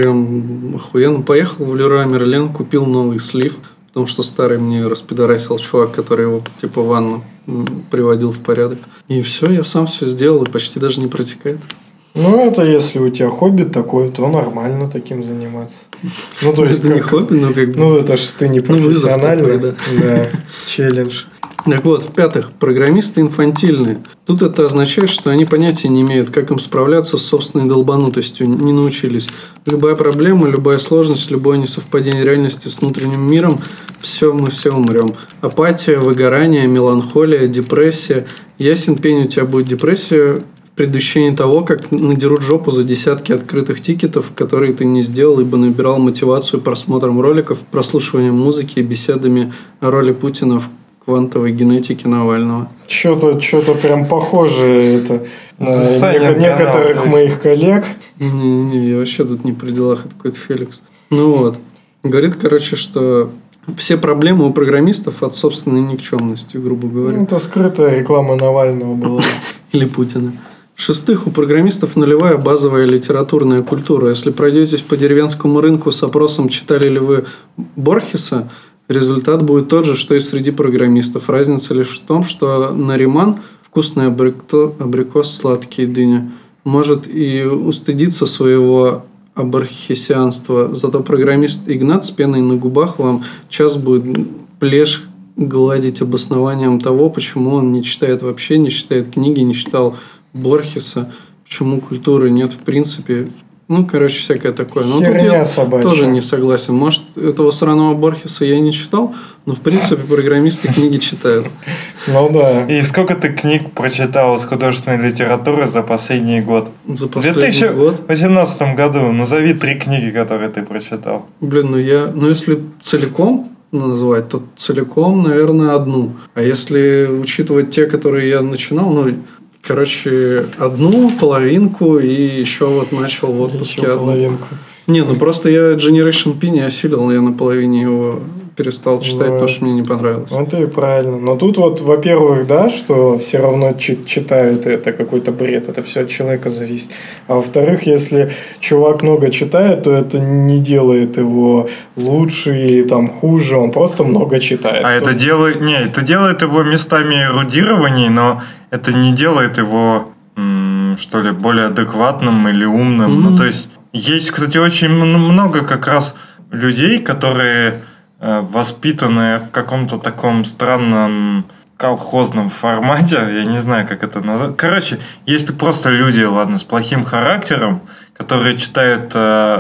[SPEAKER 3] Прям охуенно. Поехал в Леруа Мерлен, купил новый слив. Потому что старый мне распидорасил чувак, который его типа в ванну м, приводил в порядок. И все, я сам все сделал и почти даже не протекает.
[SPEAKER 4] Ну, это если у тебя хобби такое, то нормально таким заниматься. Ну, то есть,
[SPEAKER 3] Это не
[SPEAKER 4] как-
[SPEAKER 3] хобби, но как бы...
[SPEAKER 4] Ну, это ж ты не
[SPEAKER 3] Ну, вызов
[SPEAKER 4] профессионально.
[SPEAKER 3] такой,
[SPEAKER 4] Да, челлендж.
[SPEAKER 3] Так вот, в-пятых, программисты инфантильные. Тут это означает, что они понятия не имеют, как им справляться с собственной долбанутостью, не научились. Любая проблема, любая сложность, любое несовпадение реальности с внутренним миром, все, мы все умрем. Апатия, выгорание, меланхолия, депрессия. Ясен пень, у тебя будет депрессия в предвещении того, как надерут жопу за десятки открытых тикетов, которые ты не сделал, ибо набирал мотивацию просмотром роликов, прослушиванием музыки и беседами о роли Путина в квантовой генетике Навального.
[SPEAKER 4] Что-то, что-то прям похоже это на
[SPEAKER 1] Саня,
[SPEAKER 4] нек- некоторых
[SPEAKER 1] канал,
[SPEAKER 4] моих коллег.
[SPEAKER 3] Не-не, я вообще тут не при делах, это какой-то Феликс. Ну вот. Говорит, короче, что все проблемы у программистов от собственной никчемности, грубо
[SPEAKER 4] Ну,
[SPEAKER 3] говоря.
[SPEAKER 4] это скрытая реклама Навального была.
[SPEAKER 3] Или Путина. В-шестых, у программистов нулевая базовая литературная культура. Если пройдетесь по деревенскому рынку с опросом, читали ли вы Борхеса, результат будет тот же, что и среди программистов. Разница лишь в том, что Нариман, вкусный абрикто- абрикос, сладкий дыня, может и устыдиться своего абархисианства. Зато программист Игнат с пеной на губах вам час будет плешь гладить обоснованием того, почему он не читает вообще, не читает книги, не читал Борхеса, почему культуры нет в принципе. Ну, короче, всякое такое. Но тут
[SPEAKER 4] Херня
[SPEAKER 3] я
[SPEAKER 4] собачья.
[SPEAKER 3] тоже не согласен. Может, этого сраного Борхеса я не читал, но, в принципе, программисты книги читают.
[SPEAKER 4] Ну да.
[SPEAKER 1] И сколько ты книг прочитал из художественной литературы за последний год?
[SPEAKER 3] За
[SPEAKER 1] В
[SPEAKER 3] последний
[SPEAKER 1] две тысячи
[SPEAKER 3] год.
[SPEAKER 1] восемнадцатом году назови три книги, которые ты прочитал.
[SPEAKER 3] Блин, ну я... Ну, если целиком назвать, то целиком, наверное, одну. А если учитывать те, которые я начинал, ну... Короче, одну половинку и еще вот начал в отпуске
[SPEAKER 4] Еще
[SPEAKER 3] одну.
[SPEAKER 4] половинку.
[SPEAKER 3] Не, ну просто я Generation P не осилил, я на половине его перестал читать,
[SPEAKER 4] Ну,
[SPEAKER 3] потому что мне не понравилось.
[SPEAKER 4] Это и правильно. Но тут вот, во-первых, да, что все равно чи- читают это какой-то бред, это все от человека зависит. А во-вторых, если чувак много читает, то это не делает его лучше или там хуже, он просто много читает.
[SPEAKER 1] А это делает... Не, это делает его местами эрудированней, но это не делает его, м, что ли, более адекватным или умным.
[SPEAKER 3] Мгм.
[SPEAKER 1] Ну, то есть, есть, кстати, очень м- много как раз людей, которые э, воспитаны в каком-то таком странном колхозном формате, я не знаю, как это назвать. Короче, есть просто люди, ладно, с плохим характером, которые читают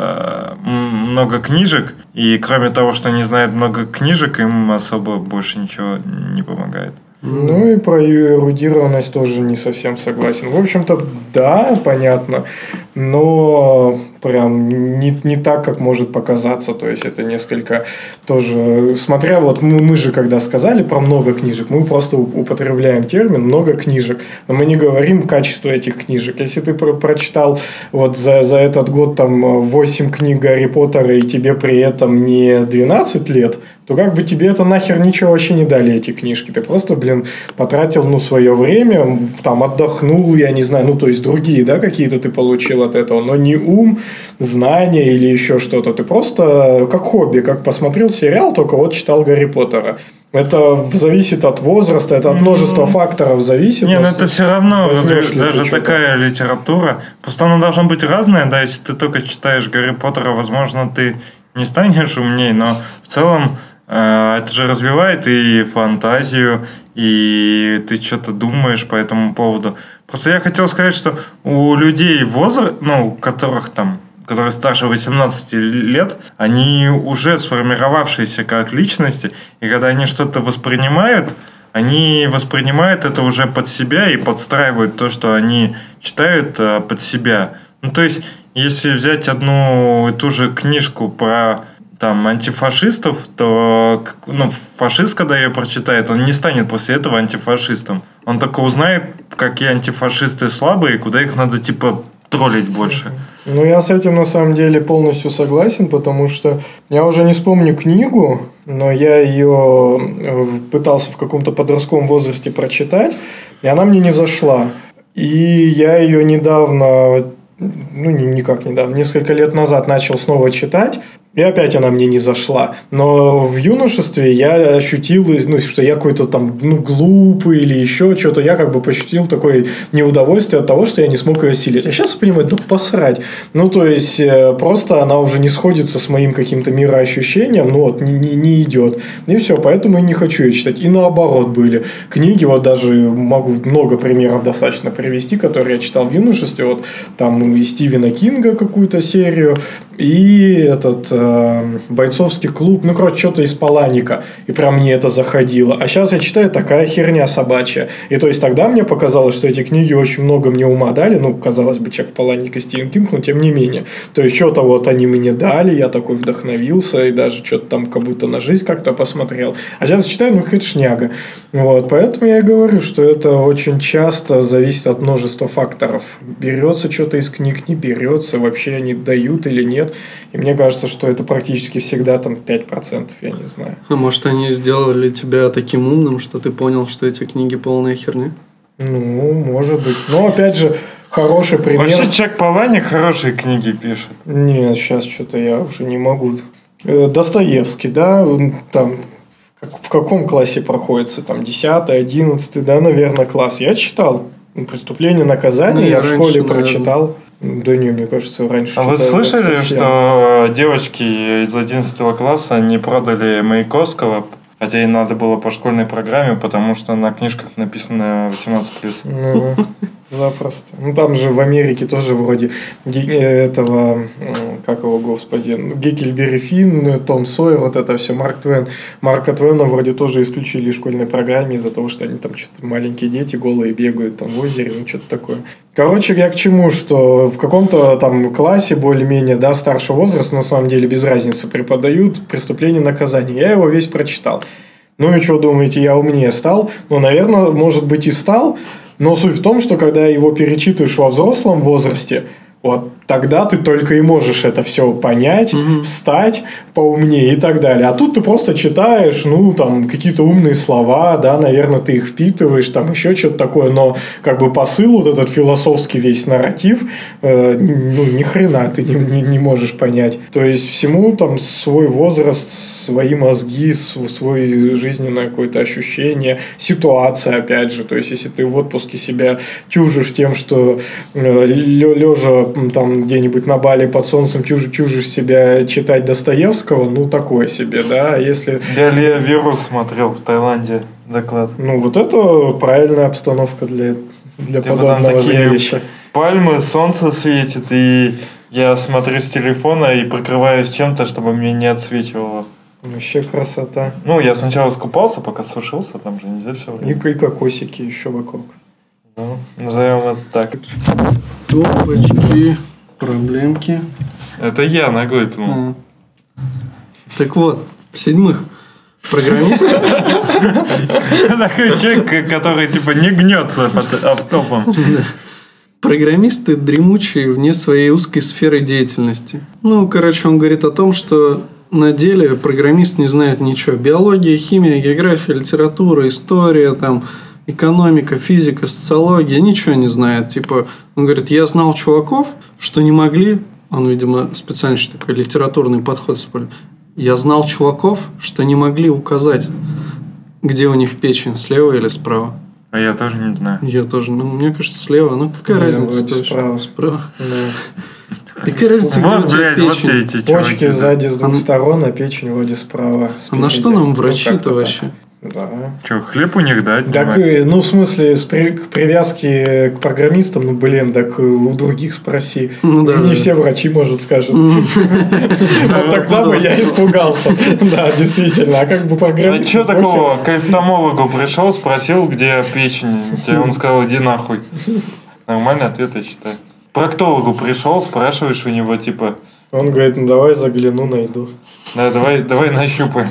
[SPEAKER 1] э, м- много книжек, и кроме того, что они знают много книжек, им особо больше ничего не помогает.
[SPEAKER 4] Ну и про ее эрудированность тоже не совсем согласен. В общем-то, да, понятно, но прям не, не так, как может показаться. То есть это несколько тоже... Смотря вот мы, мы же когда сказали про много книжек, мы просто употребляем термин много книжек, но мы не говорим качество этих книжек. Если ты про- прочитал вот за, за этот год там восемь книг Гарри Поттера и тебе при этом не двенадцать лет, то как бы тебе это нахер ничего вообще не дали, эти книжки. Ты просто, блин, потратил, ну, свое время, там, отдохнул, я не знаю, ну, то есть, другие, да, какие-то ты получил от этого, но не ум, знания или еще что-то. Ты просто как хобби, как посмотрел сериал, только вот читал Гарри Поттера. Это зависит от возраста, это от множества факторов зависит.
[SPEAKER 1] Не, ну это все равно,
[SPEAKER 4] возьмешь ли ты
[SPEAKER 1] даже
[SPEAKER 4] что-то.
[SPEAKER 1] такая литература. Просто она должна быть разная, да, если ты только читаешь Гарри Поттера, возможно, ты не станешь умней, но в целом э, это же развивает и фантазию, и ты что-то думаешь по этому поводу. Просто я хотел сказать, что у людей возраст, ну, которых там, которые старше восемнадцати лет, они уже сформировавшиеся как личности, и когда они что-то воспринимают, они воспринимают это уже под себя и подстраивают то, что они читают, под себя. Ну, то есть, если взять одну и ту же книжку про там, антифашистов, то ну, фашист, когда ее прочитает, он не станет после этого антифашистом. Он только узнает, какие антифашисты слабые, и куда их надо, типа, троллить больше.
[SPEAKER 4] Ну, я с этим, на самом деле, полностью согласен, потому что я уже не вспомню книгу, но я ее пытался в каком-то подростковом возрасте прочитать, и она мне не зашла. И я ее недавно, ну, никак недавно, несколько лет назад начал снова читать, и опять она мне не зашла. Но в юношестве я ощутил, ну, что я какой-то там ну, глупый или еще что-то. Я как бы ощутил такое неудовольствие от того, что я не смог ее осилить. А сейчас я понимаю, ну посрать. Ну, то есть, просто она уже не сходится с моим каким-то мироощущением, ну, вот, не, не, не идет. И все, поэтому я не хочу ее читать. И наоборот были книги, вот даже могу много примеров достаточно привести, которые я читал в юношестве. Вот там и Стивена Кинга какую-то серию, и этот э, бойцовский клуб, ну, короче, что-то из Паланика. И прям мне это заходило. А сейчас я читаю такая херня собачья. И то есть тогда мне показалось, что эти книги очень много мне ума дали. Ну, казалось бы, Чак Паланик и Стивен Кинг, но тем не менее. То есть что-то вот они мне дали, я такой вдохновился и даже что-то там как будто на жизнь как-то посмотрел. А сейчас читаю, ну, какая-то шняга. Вот, поэтому я и говорю, что это очень часто зависит от множества факторов. Берется что-то из книг, не берется, вообще они дают или нет. И мне кажется, что это практически всегда там пять процентов, я не знаю.
[SPEAKER 3] А может, они сделали тебя таким умным, что ты понял, что эти книги полная херня?
[SPEAKER 4] Ну, может быть. Но, опять же, хороший пример...
[SPEAKER 1] Вообще, Чак Паланик хорошие книги пишет.
[SPEAKER 4] Нет, сейчас что-то я уже не могу. Достоевский, да, там... В каком классе проходится? Там десятый, одиннадцатый, да, наверное, класс. Я читал «Преступление, наказание», ну, я, я в школе наверное. прочитал. Да не, мне кажется, раньше.
[SPEAKER 1] А вы слышали, что девочки из одиннадцатого класса не продали Маяковского, хотя им надо было по школьной программе, потому что на книжках написано восемнадцать плюс.
[SPEAKER 4] Ну, запросто. Ну, там же в Америке тоже вроде этого, как его, господи, Геккельбери Финн, Том Сойер, вот это все, Марк Твен. Марка Твена вроде тоже исключили из школьной программы из-за того, что они там что-то маленькие дети голые бегают там в озере, ну, что-то такое. Короче, я к чему, что в каком-то там классе более-менее, да, старшего возраста, на самом деле без разницы, преподают «Преступление и наказание». Я его весь прочитал. Ну и что, думаете, я умнее стал? Ну, наверное, может быть и стал, но суть в том, что когда его перечитываешь во взрослом возрасте, вот тогда ты только и можешь это все понять, угу. стать поумнее и так далее. А тут ты просто читаешь, ну, там, какие-то умные слова, да, наверное, ты их впитываешь, там, еще что-то такое, но, как бы, посыл, вот этот философский весь нарратив, э, ну, ни хрена ты не, не, не можешь понять. То есть, всему, там, свой возраст, свои мозги, свое жизненное какое-то ощущение, ситуация, опять же. То есть, если ты в отпуске себя тюжишь тем, что э, лежа там где-нибудь на Бали под солнцем чужишь, чужишь себя читать Достоевского, ну, такое себе, да, если...
[SPEAKER 1] Я Лея Вирус смотрел в Таиланде доклад.
[SPEAKER 4] Ну, вот это правильная обстановка для, для подобного зрелища.
[SPEAKER 1] Пальмы, солнце светит, и я смотрю с телефона и прикрываюсь чем-то, чтобы мне не отсвечивало.
[SPEAKER 4] Вообще красота.
[SPEAKER 1] Ну, я сначала скупался, пока сушился, там же нельзя все время.
[SPEAKER 4] И, и кокосики еще вокруг.
[SPEAKER 1] Ну, назовем это так.
[SPEAKER 3] Топочки, проблемки.
[SPEAKER 1] Это я ногой пнул.
[SPEAKER 3] А. Так вот, в-седьмых, программисты.
[SPEAKER 1] Такой человек, который типа не гнется под автопом.
[SPEAKER 3] Программисты дремучие вне своей узкой сферы деятельности. Ну, короче, он говорит о том, что на деле программист не знает ничего. Биология, химия, география, литература, история, там... экономика, физика, социология, ничего не знает. Типа, он говорит, я знал чуваков, что не могли, он, видимо, специально еще такой литературный подход использует. Я знал чуваков, что не могли указать, где у них печень, слева или справа.
[SPEAKER 1] А я тоже не знаю.
[SPEAKER 3] Я тоже, ну, мне кажется, слева. Ну, какая
[SPEAKER 4] ну,
[SPEAKER 3] разница?
[SPEAKER 4] Справа.
[SPEAKER 3] Справа.
[SPEAKER 4] Да.
[SPEAKER 3] Такая разница, где у
[SPEAKER 1] Вот,
[SPEAKER 3] тебя
[SPEAKER 1] блядь, вот
[SPEAKER 3] печень.
[SPEAKER 1] эти чуваки.
[SPEAKER 4] Почки сзади с двух сторон, а печень вроде справа.
[SPEAKER 3] А на что нам врачи-то вообще?
[SPEAKER 4] Да.
[SPEAKER 1] Че, хлеб у них дать?
[SPEAKER 4] Так, и, ну, в смысле, с при- к привязки к программистам, ну, блин, так у других спроси.
[SPEAKER 3] Ну, да,
[SPEAKER 4] Не
[SPEAKER 3] да.
[SPEAKER 4] все врачи, может, скажут. Вот тогда бы я испугался. Да, действительно. А как бы
[SPEAKER 1] А
[SPEAKER 4] программист...
[SPEAKER 1] что такого? К офтальмологу пришел, спросил, где печень. Тебе он сказал, иди нахуй. Нормальный ответ, я считаю. К проктологу пришел, спрашиваешь у него, типа,
[SPEAKER 4] Он говорит, ну, давай загляну, найду.
[SPEAKER 1] да, давай, давай нащупаем.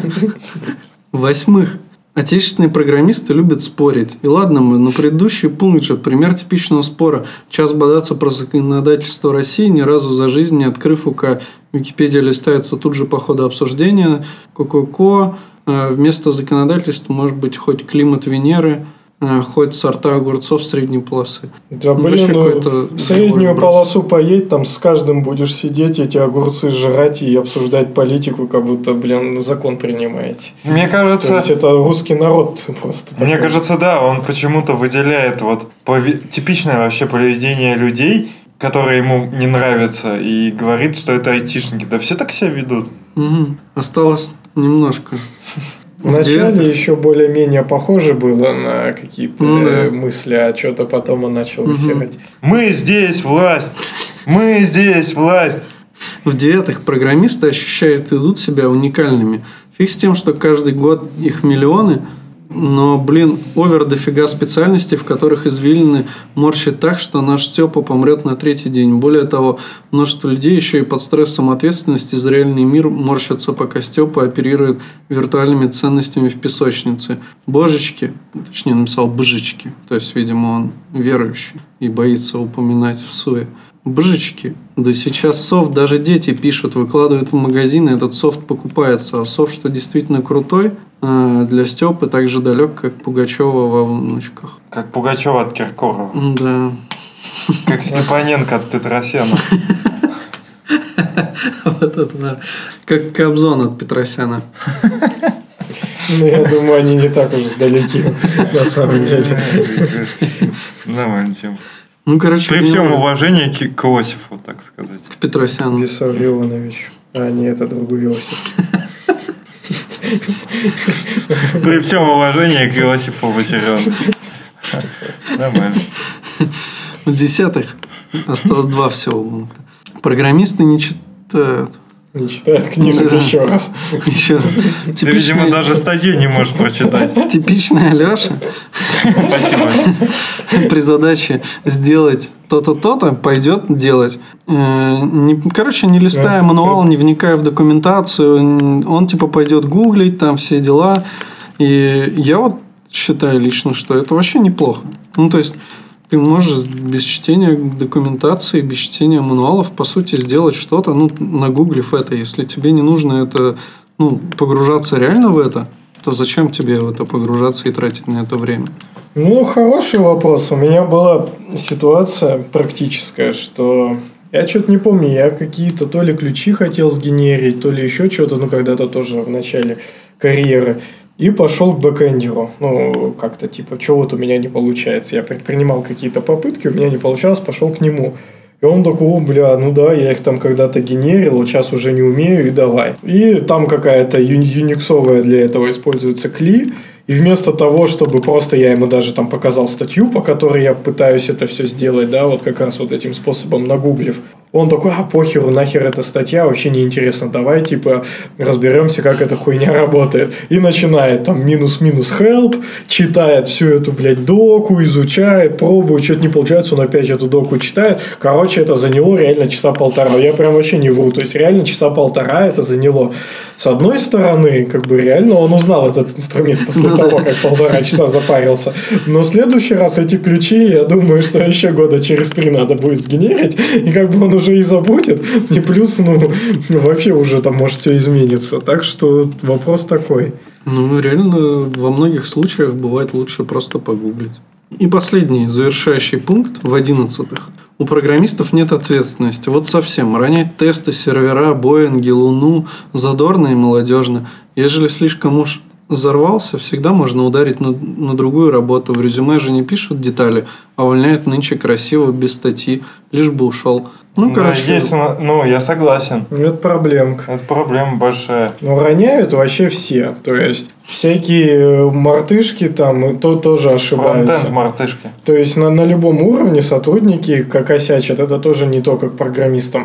[SPEAKER 3] Восьмых. Отечественные программисты любят спорить. И ладно мы, но предыдущий пункт же пример типичного спора. Час бодаться про законодательство России, ни разу за жизнь не открыв УК. Википедия листается тут же по ходу обсуждения. Ко-ко-ко. Э, Вместо законодательства может быть хоть климат Венеры, э, хоть сорта огурцов средней полосы.
[SPEAKER 4] Да,
[SPEAKER 3] Ну,
[SPEAKER 4] блин,
[SPEAKER 3] вообще
[SPEAKER 4] ну,
[SPEAKER 3] какой-то
[SPEAKER 4] в среднюю
[SPEAKER 3] вброс.
[SPEAKER 4] полосу поедь, там с каждым будешь сидеть, эти огурцы жрать и обсуждать политику, как будто, блин, закон принимаете.
[SPEAKER 1] Мне
[SPEAKER 4] То
[SPEAKER 1] кажется,
[SPEAKER 4] есть это русский народ просто.
[SPEAKER 1] мне
[SPEAKER 4] такой.
[SPEAKER 1] кажется, да, он почему-то выделяет вот пови- типичное вообще поведение людей, которые ему не нравятся, и говорит, что это айтишники. Да все так себя ведут.
[SPEAKER 3] Мгм. Осталось немножко.
[SPEAKER 4] Вначале еще более-менее похоже было на какие-то
[SPEAKER 3] Ну да.
[SPEAKER 4] э, мысли, а что-то потом он начал высирать.
[SPEAKER 1] Мы здесь власть! Мы здесь власть!
[SPEAKER 3] В-девятых, программисты ощущают и ведут себя уникальными. Фиг с тем, что каждый год их миллионы, но, блин, овер дофига специальностей, в которых извилины морщит так, что наш Степа помрет на третий день. Более того, множество людей еще и под стрессом ответственности за реальный мир морщатся, пока Степа оперирует виртуальными ценностями в песочнице. Божечки, точнее написал божечки, то есть, видимо, он верующий и боится упоминать в суе. Бжички. Да сейчас софт даже дети пишут, выкладывают в магазин, и этот софт покупается. А софт, что действительно крутой, э, для Степы так же далек, как Пугачева во внучках.
[SPEAKER 1] Как Пугачева от Киркорова.
[SPEAKER 3] Да.
[SPEAKER 1] Как Степаненко от Петросяна.
[SPEAKER 3] Вот это да. Как Кобзон от Петросяна.
[SPEAKER 4] Ну, я думаю, они не так уж далеки, на самом деле.
[SPEAKER 1] Нормально тема.
[SPEAKER 3] Ну, короче,
[SPEAKER 1] При
[SPEAKER 3] не
[SPEAKER 1] всем
[SPEAKER 3] надо.
[SPEAKER 1] уважении к к Иосифу, так сказать.
[SPEAKER 3] К Петросяну.
[SPEAKER 4] Виссарионович. А, нет, это другой Иосиф.
[SPEAKER 1] При всем уважении к Иосифу Виссарионовичу. Нормально.
[SPEAKER 3] В-десятых. Осталось два всего пункта. Программисты не читают.
[SPEAKER 4] Не читает книжек
[SPEAKER 3] Да.
[SPEAKER 4] еще раз.
[SPEAKER 3] Еще раз.
[SPEAKER 1] Ты, видимо,
[SPEAKER 3] Типичный-
[SPEAKER 1] даже статью не можешь прочитать.
[SPEAKER 3] Типичная Алеша
[SPEAKER 1] Спасибо.
[SPEAKER 3] при задаче сделать то-то, то-то, пойдет делать. Э, не- Короче, не листая мануал, не вникая в документацию, он типа пойдет гуглить, там все дела. И я вот считаю лично, что это вообще неплохо. Ну, то есть, ты можешь без чтения документации, без чтения мануалов, по сути, сделать что-то, ну, нагуглив это. Если тебе не нужно это, ну, погружаться реально в это, то зачем тебе в это погружаться и тратить на это время?
[SPEAKER 4] Ну, хороший вопрос. У меня была ситуация практическая, что я что-то не помню, я какие-то то ли ключи хотел сгенерить, то ли еще что-то, ну, когда-то тоже в начале карьеры. И пошел к бэкэндеру. Ну, как-то типа, что вот у меня не получается. Я предпринимал какие-то попытки, у меня не получалось, пошел к нему. И он такой, о, бля, ну да, я их там когда-то генерил, вот сейчас уже не умею, и давай. И там какая-то ю- юниксовая для этого используется кли. И вместо того, чтобы просто я ему даже там показал статью, по которой я пытаюсь это все сделать, да, вот как раз вот этим способом нагуглив, он такой, а похеру, нахер эта статья, вообще неинтересно, давай, типа, разберемся, как эта хуйня работает. И начинает там минус-минус help, читает всю эту, блядь, доку, изучает, пробует, что-то не получается, он опять эту доку читает. Короче, это заняло реально часа полтора. Я прям вообще не вру, то есть реально часа полтора это заняло. С одной стороны, как бы реально он узнал этот инструмент после того, как полтора часа запарился. Но в следующий раз эти ключи, я думаю, что еще года через три надо будет сгенерить, и как бы он уже и забудет, и плюс, ну, вообще уже там может все измениться. Так что вопрос такой.
[SPEAKER 3] Ну, реально, во многих случаях бывает лучше просто погуглить. И последний, завершающий пункт в одиннадцатых. У программистов нет ответственности. Вот совсем. Ронять тесты, сервера, Боинги, Луну задорно и молодежно. Ежели слишком уж взорвался, всегда можно ударить на, на другую работу. В резюме же не пишут детали, а увольняют нынче красиво, без статьи, лишь бы ушел. Ну,
[SPEAKER 1] Да,
[SPEAKER 3] короче,
[SPEAKER 1] есть, она- ну, я согласен.
[SPEAKER 4] Это проблемка.
[SPEAKER 1] Это проблема большая.
[SPEAKER 4] Ну, роняют вообще все. То есть, всякие мартышки там то тоже ошибаются.
[SPEAKER 1] Фронтенд мартышки.
[SPEAKER 4] То есть, на, на любом уровне сотрудники как косячат. Это тоже не то, как программистам.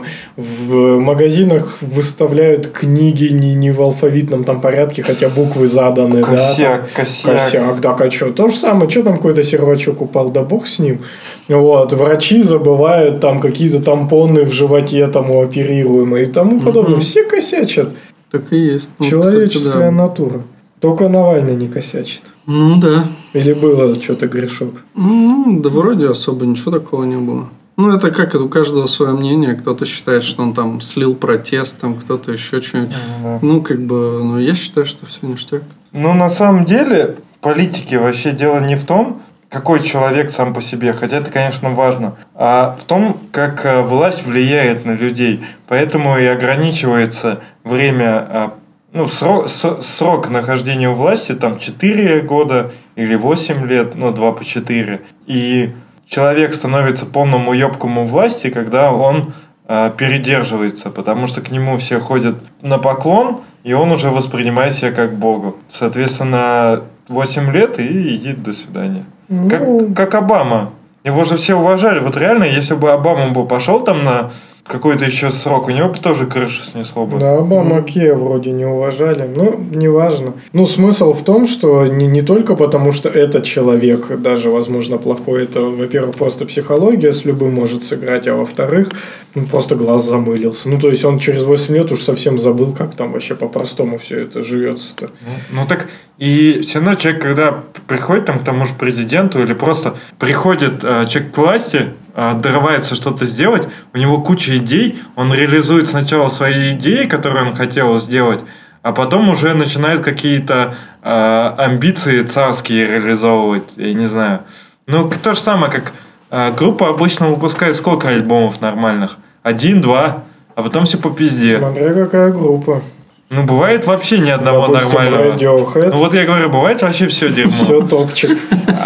[SPEAKER 4] В магазинах выставляют книги не, не в алфавитном там порядке, хотя буквы заданы. Да,
[SPEAKER 1] Косяк,
[SPEAKER 4] там,
[SPEAKER 1] косяк.
[SPEAKER 4] косяк, так а что? То же самое. Что там какой-то сервачок упал? Да бог с ним. Вот. Врачи забывают там какие-то тампоны в животе там у оперируемой и тому подобное. Все косячат.
[SPEAKER 3] так и есть. Ну,
[SPEAKER 4] Человеческая
[SPEAKER 3] кстати, да.
[SPEAKER 4] натура. Только Навальный не косячит.
[SPEAKER 3] Ну, да.
[SPEAKER 4] Или было что-то грешок?
[SPEAKER 3] Ну, да вроде особо ничего такого не было. Ну, это как, у каждого свое мнение. Кто-то считает, что он там слил протест, там кто-то еще что-нибудь.
[SPEAKER 1] Да.
[SPEAKER 3] Ну, как бы, ну, я считаю, что все ништяк.
[SPEAKER 1] Ну, на самом деле, в политике вообще дело не в том, какой человек сам по себе, хотя это, конечно, важно, а в том, как э, власть влияет на людей. Поэтому и ограничивается время, э, ну, срок, с- срок нахождения у власти, там, четыре года или восемь лет, ну, два по четыре. И человек становится полным уебком у власти, когда он э, передерживается, потому что к нему все ходят на поклон, и он уже воспринимает себя как богу. Соответственно, восемь лет и иди до свидания.
[SPEAKER 4] Ну,
[SPEAKER 1] Как, как Обама. Его же все уважали. Вот реально, если бы Обама бы пошел там на какой-то еще срок, у него бы тоже крышу снесло бы.
[SPEAKER 4] да, Обама Кея вроде не уважали. Ну, неважно. Ну, смысл в том, что не, не только потому, что этот человек, даже, возможно, плохой, это, во-первых, просто психология с любым может сыграть, а во-вторых, ну, просто глаз замылился. Ну, то есть, он через восемь лет уж совсем забыл, как там вообще по-простому все это живется-то.
[SPEAKER 1] Ну, ну так и все равно человек, когда приходит там, к тому же президенту или просто приходит э, человек к власти, э, дорывается что-то сделать, у него куча идей, он реализует сначала свои идеи, которые он хотел сделать, а потом уже начинает какие-то э, амбиции царские реализовывать, я не знаю. Ну, то же самое, как э, группа обычно выпускает сколько альбомов нормальных? Один, два, а потом все по пизде.
[SPEAKER 4] Смотря какая группа.
[SPEAKER 1] Ну, бывает вообще ни одного
[SPEAKER 4] Допустим,
[SPEAKER 1] нормального.
[SPEAKER 4] Radiohead.
[SPEAKER 1] Ну, вот я говорю, бывает вообще все дерьмо.
[SPEAKER 4] Все топчик.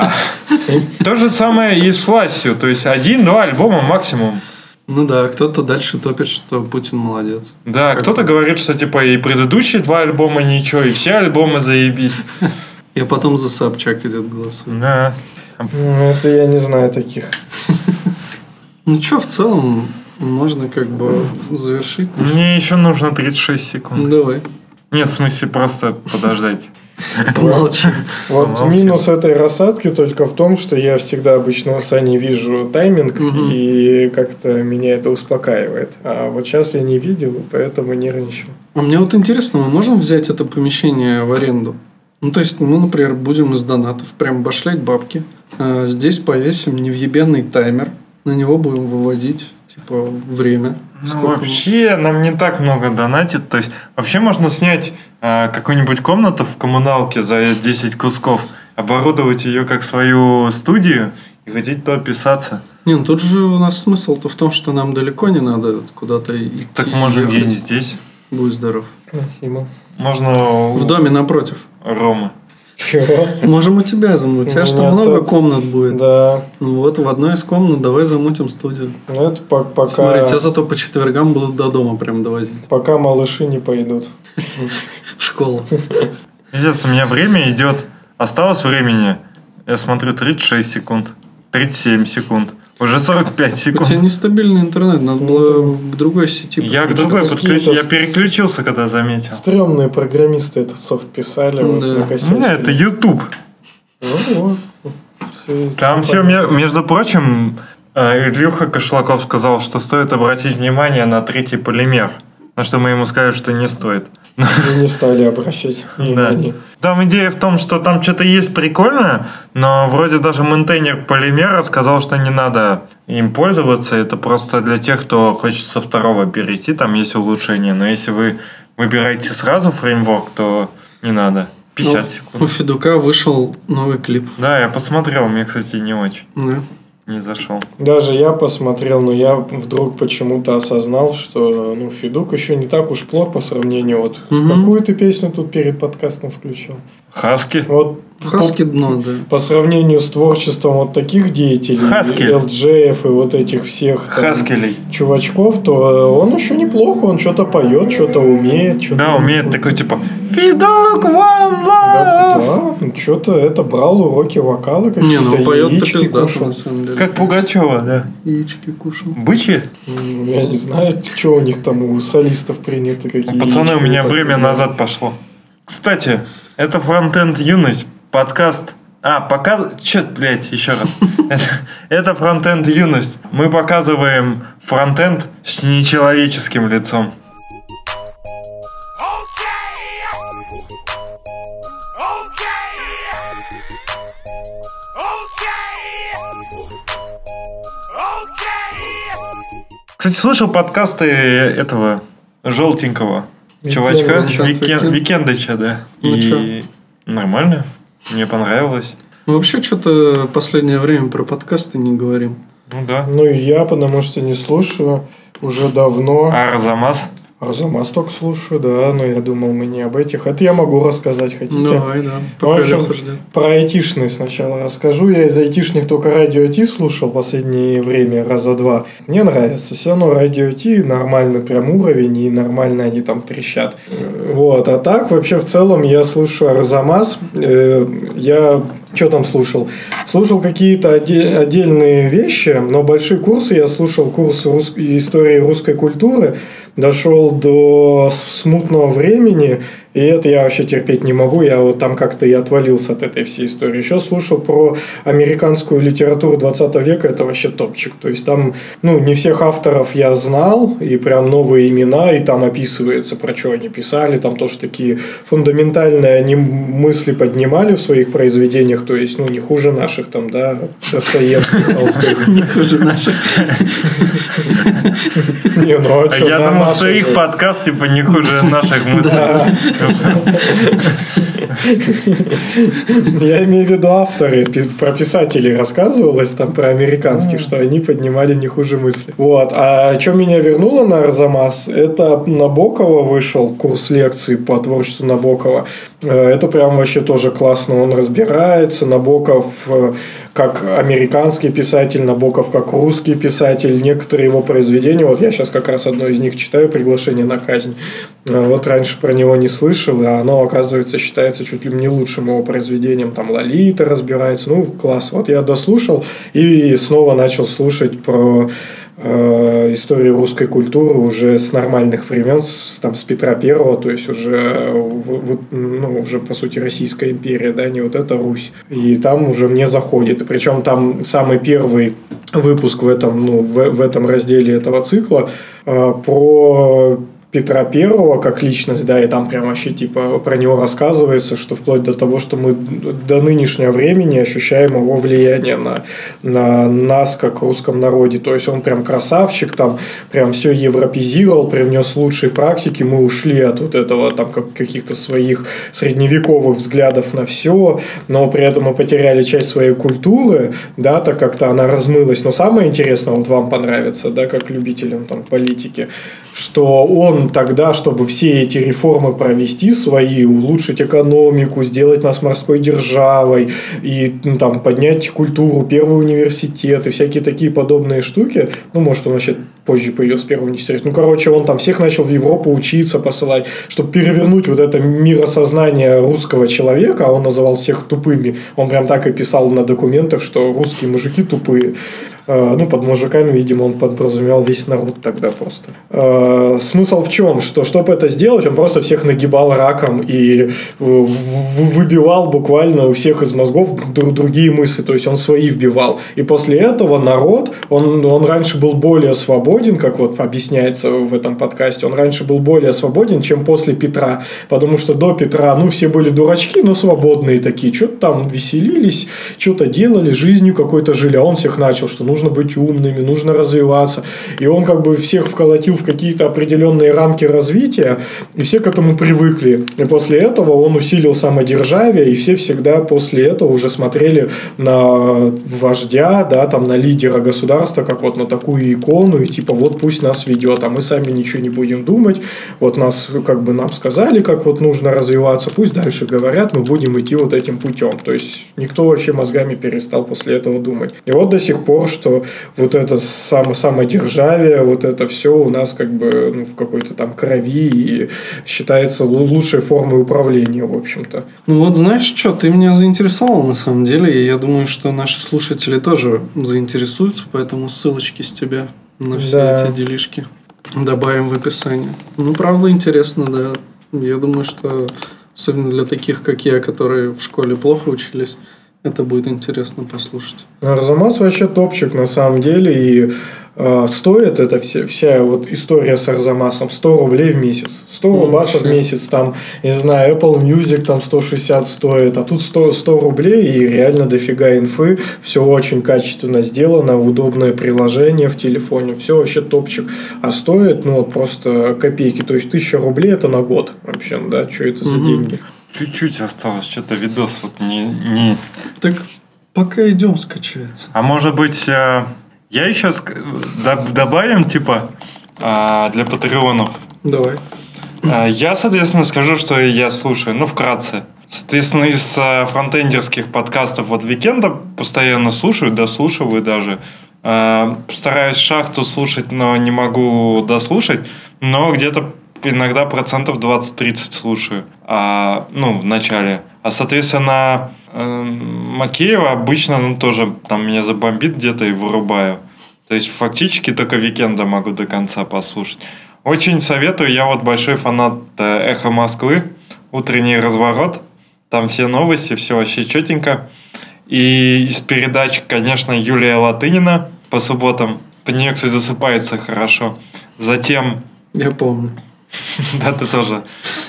[SPEAKER 1] То же самое и с властью. То есть, один-два альбома максимум.
[SPEAKER 3] Ну да, кто-то дальше топит, что Путин молодец.
[SPEAKER 1] Да,
[SPEAKER 3] Как
[SPEAKER 1] кто-то
[SPEAKER 3] бы.
[SPEAKER 1] говорит, что типа и предыдущие два альбома ничего, и все альбомы заебись.
[SPEAKER 3] И потом за Собчак идет голосовать.
[SPEAKER 1] Да.
[SPEAKER 4] Ну, это я не знаю таких.
[SPEAKER 3] Ну что, в целом, можно как бы завершить.
[SPEAKER 1] Мне еще нужно тридцать шесть секунд.
[SPEAKER 3] Ну, давай.
[SPEAKER 1] Нет, в смысле, просто подождать.
[SPEAKER 3] Помолчи.
[SPEAKER 4] Вот
[SPEAKER 1] Помолчи.
[SPEAKER 4] минус этой рассадки только в том, что я всегда обычно у Сани вижу тайминг,
[SPEAKER 3] Мгм.
[SPEAKER 4] и как-то меня это успокаивает. А вот сейчас я не видел, и поэтому нервничал.
[SPEAKER 3] А мне вот интересно, мы можем взять это помещение в аренду? Ну, то есть, мы, например, будем из донатов прям башлять бабки. А здесь повесим невъебенный таймер. На него будем выводить, типа, время.
[SPEAKER 1] Ну,
[SPEAKER 3] Сколько
[SPEAKER 1] вообще нам не так много донатит. То есть, вообще можно снять э, какую-нибудь комнату в коммуналке за десять кусков, оборудовать ее как свою студию и хотеть туда писаться.
[SPEAKER 3] Не, ну тут же у нас смысл-то в том, что нам далеко не надо куда-то идти.
[SPEAKER 1] Так можем
[SPEAKER 3] ехать.
[SPEAKER 1] где-нибудь здесь.
[SPEAKER 3] Будь здоров.
[SPEAKER 4] Спасибо.
[SPEAKER 1] Можно у
[SPEAKER 3] В доме напротив.
[SPEAKER 1] Ромы.
[SPEAKER 4] Чего?
[SPEAKER 3] Можем у тебя замутить. У тебя
[SPEAKER 4] У
[SPEAKER 3] же
[SPEAKER 4] меня
[SPEAKER 3] там много
[SPEAKER 4] отец-
[SPEAKER 3] комнат будет.
[SPEAKER 4] Да.
[SPEAKER 3] Ну вот, в одной из комнат давай замутим студию.
[SPEAKER 4] Ну, это по- пока,
[SPEAKER 3] Смотри, тебя зато по четвергам будут до дома прям довозить.
[SPEAKER 4] пока малыши не пойдут.
[SPEAKER 3] В школу.
[SPEAKER 1] Пиздец, у меня время идет. Осталось времени. Я смотрю тридцать шесть секунд. тридцать семь секунд. Уже сорок пять
[SPEAKER 3] У тебя
[SPEAKER 1] секунд.
[SPEAKER 3] нестабильный интернет, надо было к другой сети.
[SPEAKER 1] Я к
[SPEAKER 3] подключиться.
[SPEAKER 1] другой подключил. Я
[SPEAKER 4] Какие-то
[SPEAKER 1] переключился, когда заметил.
[SPEAKER 4] Стрёмные программисты этот софт писали. Вот,
[SPEAKER 3] Да.
[SPEAKER 4] накосячили.
[SPEAKER 1] Не, это YouTube.
[SPEAKER 4] Ну вот. Всё-
[SPEAKER 1] Там
[SPEAKER 4] всё
[SPEAKER 1] все, между прочим, э, Ильюха Кошлаков сказал, что стоит обратить внимание на третий полимер. На что мы ему сказали, что не стоит.
[SPEAKER 4] И не стали обращать
[SPEAKER 1] Да.
[SPEAKER 4] внимание.
[SPEAKER 1] Там идея в том, что там что-то есть прикольное, но вроде даже мейнтейнер полимера сказал, что не надо им пользоваться. Это просто для тех, кто хочет со второго перейти, там есть улучшение. Но если вы выбираете сразу фреймворк, то не надо. пятьдесят
[SPEAKER 3] Ну,
[SPEAKER 1] секунд.
[SPEAKER 3] у Федука вышел новый клип.
[SPEAKER 1] Да, я посмотрел, мне, кстати, не очень.
[SPEAKER 3] Да.
[SPEAKER 1] Не зашел.
[SPEAKER 4] Даже я посмотрел, но я вдруг почему-то осознал, что ну, Федук еще не так уж плох по сравнению. Вот
[SPEAKER 3] Мгм.
[SPEAKER 4] какую ты песню тут перед подкастом включил?
[SPEAKER 1] Хаски.
[SPEAKER 4] Вот
[SPEAKER 3] Хаски дно, да.
[SPEAKER 4] по сравнению с творчеством вот таких деятелей,
[SPEAKER 1] Хаски.
[SPEAKER 4] эл джеев и вот этих всех там
[SPEAKER 1] Хаскелей.
[SPEAKER 4] чувачков, то он еще неплохо, он что-то поет, что-то умеет. Что-то
[SPEAKER 1] Да, умеет такой типа Фидук One
[SPEAKER 4] Да,
[SPEAKER 1] Love.
[SPEAKER 4] да, что-то это брал уроки вокала какие-то,
[SPEAKER 3] Не, ну поет-то
[SPEAKER 4] яички
[SPEAKER 3] пиздато,
[SPEAKER 4] кушал.
[SPEAKER 3] на самом деле.
[SPEAKER 1] Как Пугачева, да.
[SPEAKER 3] Яички кушал.
[SPEAKER 1] Бычьи?
[SPEAKER 4] М, Я не знаю, что у них там у солистов принято, какие
[SPEAKER 1] Пацаны, у
[SPEAKER 4] яички
[SPEAKER 1] меня
[SPEAKER 4] вот так
[SPEAKER 1] время
[SPEAKER 4] вот.
[SPEAKER 1] назад пошло. Кстати, это Фронтенд Юность, подкаст. А, показ... Чё, блядь, еще раз. Это, это Фронтенд Юность. Мы показываем фронтенд с нечеловеческим лицом. Кстати, слушал подкасты этого желтенького чувачка
[SPEAKER 3] Викендыча.
[SPEAKER 1] Викен- Викендыча, да.
[SPEAKER 3] Ну
[SPEAKER 1] И
[SPEAKER 3] чё?
[SPEAKER 1] нормально. Мне понравилось.
[SPEAKER 3] Мы вообще что-то последнее время про подкасты не говорим.
[SPEAKER 1] Ну да.
[SPEAKER 4] Ну и я, потому что не слушаю уже давно.
[SPEAKER 1] А Арзамас?
[SPEAKER 4] Арзамас только слушаю, да, но я думал, мы не об этих. Это я могу рассказать, хотите?
[SPEAKER 3] Давай, да.
[SPEAKER 4] Ну, в
[SPEAKER 3] Пока
[SPEAKER 4] общем,
[SPEAKER 3] Леха ждет.
[SPEAKER 4] про айтишные сначала расскажу. Я из айтишных только Радио Ти слушал в последнее время раза два. Мне нравится. Все равно Радио Ти нормальный прям уровень, и нормально они там трещат. Вот. А так, вообще, в целом, я слушаю Арзамас. Э, Я что там слушал? Слушал какие-то оде- отдельные вещи, но большие курсы. Я слушал курс рус- истории русской культуры. Дошел до смутного времени, и это я вообще терпеть не могу. Я вот там как-то и отвалился от этой всей истории. Еще слушал про американскую литературу двадцатого века. Это вообще топчик. То есть там, ну, не всех авторов я знал, и прям новые имена, и там описывается, про что они писали. Там тоже такие фундаментальные они мысли поднимали в своих произведениях. То есть, ну, не хуже наших там, да, Достоевских, Толстых.
[SPEAKER 3] Не хуже наших.
[SPEAKER 4] Не, ну, а чё,
[SPEAKER 1] Я
[SPEAKER 4] на
[SPEAKER 1] думал,
[SPEAKER 4] наши
[SPEAKER 1] что их
[SPEAKER 4] же.
[SPEAKER 1] подкаст типа не хуже наших мыслей.
[SPEAKER 4] Я имею в виду авторы, пи- про писателей рассказывалось, там про американских, что они поднимали не хуже мысли. Вот. А что меня вернуло на Арзамас, это Набокова вышел курс лекций по творчеству Набокова. Э, Это прям вообще тоже классно, он разбирается. Набоков э, как американский писатель, Набоков как русский писатель, некоторые его произведения, вот я сейчас как раз одно из них читаю, «Приглашение на казнь». Э, Вот раньше про него не слышал, а оно, оказывается, считается чуть ли не лучшим его произведением. Там Лолита разбирается, ну, класс. Вот я дослушал и снова начал слушать про э, историю русской культуры уже с нормальных времен, с, там, с Петра Первого, то есть уже, в- в- ну, уже по сути Российская империя, да, не вот эта Русь. И там уже мне заходит. И причем там самый первый выпуск в этом, ну, в, в этом разделе этого цикла э, про Петра Первого как личность, да, и там прям вообще типа про него рассказывается, что вплоть до того, что мы до нынешнего времени ощущаем его влияние на, на нас, как русском народе. То есть он прям красавчик, там прям все европезировал, привнес лучшие практики, мы ушли от вот этого там как, каких-то своих средневековых взглядов на все, но при этом мы потеряли часть своей культуры, да, так как-то она размылась. Но самое интересное, вот вам понравится, да, как любителям там политики, что он тогда, чтобы все эти реформы провести свои, улучшить экономику, сделать нас морской державой и ну, там, поднять культуру, первый университет и всякие такие подобные штуки, ну, может, он вообще позже появился первый университет, ну, короче, он там всех начал в Европу учиться, посылать, чтобы перевернуть вот это миросознание русского человека, а он называл всех тупыми, он прям так и писал на документах, что русские мужики тупые. Ну, под мужиками, видимо, он подразумевал весь народ тогда просто. Смысл в чем? Что, чтобы это сделать, он просто всех нагибал раком и выбивал буквально у всех из мозгов другие мысли. То есть, он свои вбивал. И после этого народ, он, он раньше был более свободен, как вот объясняется в этом подкасте, он раньше был более свободен, чем после Петра. Потому что до Петра, ну, все были дурачки, но свободные такие. Что-то там веселились, что-то делали, жизнью какой-то жили. А он всех начал, что нужно нужно быть умными, нужно развиваться. И он как бы всех вколотил в какие-то определенные рамки развития, и все к этому привыкли. И после этого он усилил самодержавие, и все всегда после этого уже смотрели на вождя, да, там, на лидера государства, как вот на такую икону, и типа вот пусть нас ведет, а мы сами ничего не будем думать, вот нас, как бы нам сказали, как вот нужно развиваться, пусть дальше говорят, мы будем идти вот этим путем. То есть никто вообще мозгами перестал после этого думать. И вот до сих пор, что вот это само, самодержавие, вот это все у нас как бы ну, в какой-то там крови и считается лучшей формой управления, в общем-то.
[SPEAKER 3] Ну вот знаешь что, ты меня заинтересовал на самом деле, и я думаю, что наши слушатели тоже заинтересуются, поэтому ссылочки с тебя на все да. эти делишки добавим в описание. Ну, правда, интересно, да. Я думаю, что особенно для таких, как я, которые в школе плохо учились, это будет интересно послушать.
[SPEAKER 4] Арзамас вообще топчик на самом деле. И э, стоит эта вся, вся вот история с Арзамасом сто рублей в месяц. сто ну, рубасов в месяц. Там, не знаю, Apple Music там сто шестьдесят стоит. А тут сто, сто рублей и реально дофига инфы. Все очень качественно сделано. Удобное приложение в телефоне. Все вообще топчик. А стоит ну вот просто копейки. То есть тысяча рублей это на год. Вообще, да, что это за угу. деньги?
[SPEAKER 1] Чуть-чуть осталось, что-то видос вот не, не...
[SPEAKER 3] Так пока идем, скачается.
[SPEAKER 1] А может быть, я еще добавим, типа, для патреонов?
[SPEAKER 3] Давай.
[SPEAKER 1] Я, соответственно, скажу, что я слушаю, ну, вкратце. Соответственно, из фронтендерских подкастов вот Викенда постоянно слушаю, дослушиваю даже. Стараюсь Шахту слушать, но не могу дослушать, но где-то иногда процентов двадцать-тридцать слушаю, а, ну, в начале. А, соответственно, э, Макеева обычно, ну, тоже там меня забомбит где-то и вырубаю. То есть, фактически только Викенда могу до конца послушать. Очень советую, я вот большой фанат «Эхо Москвы», «Утренний разворот». Там все новости, все вообще четенько. И из передач, конечно, Юлия Латынина по субботам. По нее, кстати, засыпается хорошо. Затем...
[SPEAKER 3] Я помню.
[SPEAKER 1] Да, ты тоже.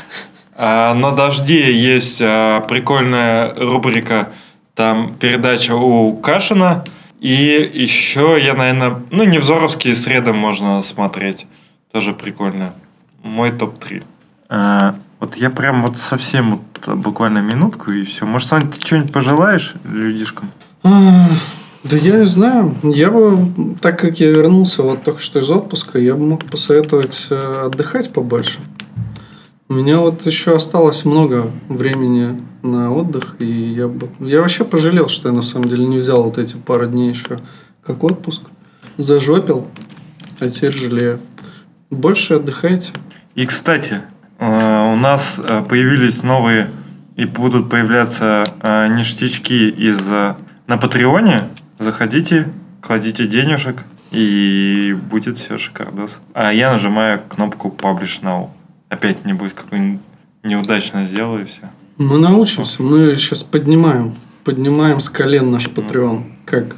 [SPEAKER 1] На «Дожде» есть прикольная рубрика, там передача у Кашина. И еще я, наверное, ну, Невзоровские среды можно смотреть. Тоже прикольно. Мой топ три. А, вот я прям вот совсем вот буквально минутку и все. Может, Саня, ты что-нибудь пожелаешь людишкам?
[SPEAKER 3] Да я не знаю. Я бы, так как я вернулся вот только что из отпуска, я бы мог посоветовать отдыхать побольше. У меня вот еще осталось много времени на отдых, и я бы... Я вообще пожалел, что я на самом деле не взял вот эти пару дней еще как отпуск. Зажопил, а теперь жалею. Больше отдыхайте.
[SPEAKER 1] И, кстати, у нас появились новые и будут появляться ништячки из... на Патреоне. Заходите, кладите денежек, и будет все шикардос. А я нажимаю кнопку Publish Now. Опять нибудь какую-нибудь неудачно сделаю, и все.
[SPEAKER 3] Мы научимся. Мы сейчас поднимаем. Поднимаем с колен наш Patreon. Как...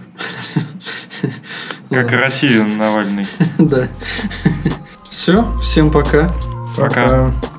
[SPEAKER 1] Как Россию Навальный.
[SPEAKER 3] Да. Все. Всем пока.
[SPEAKER 1] Пока.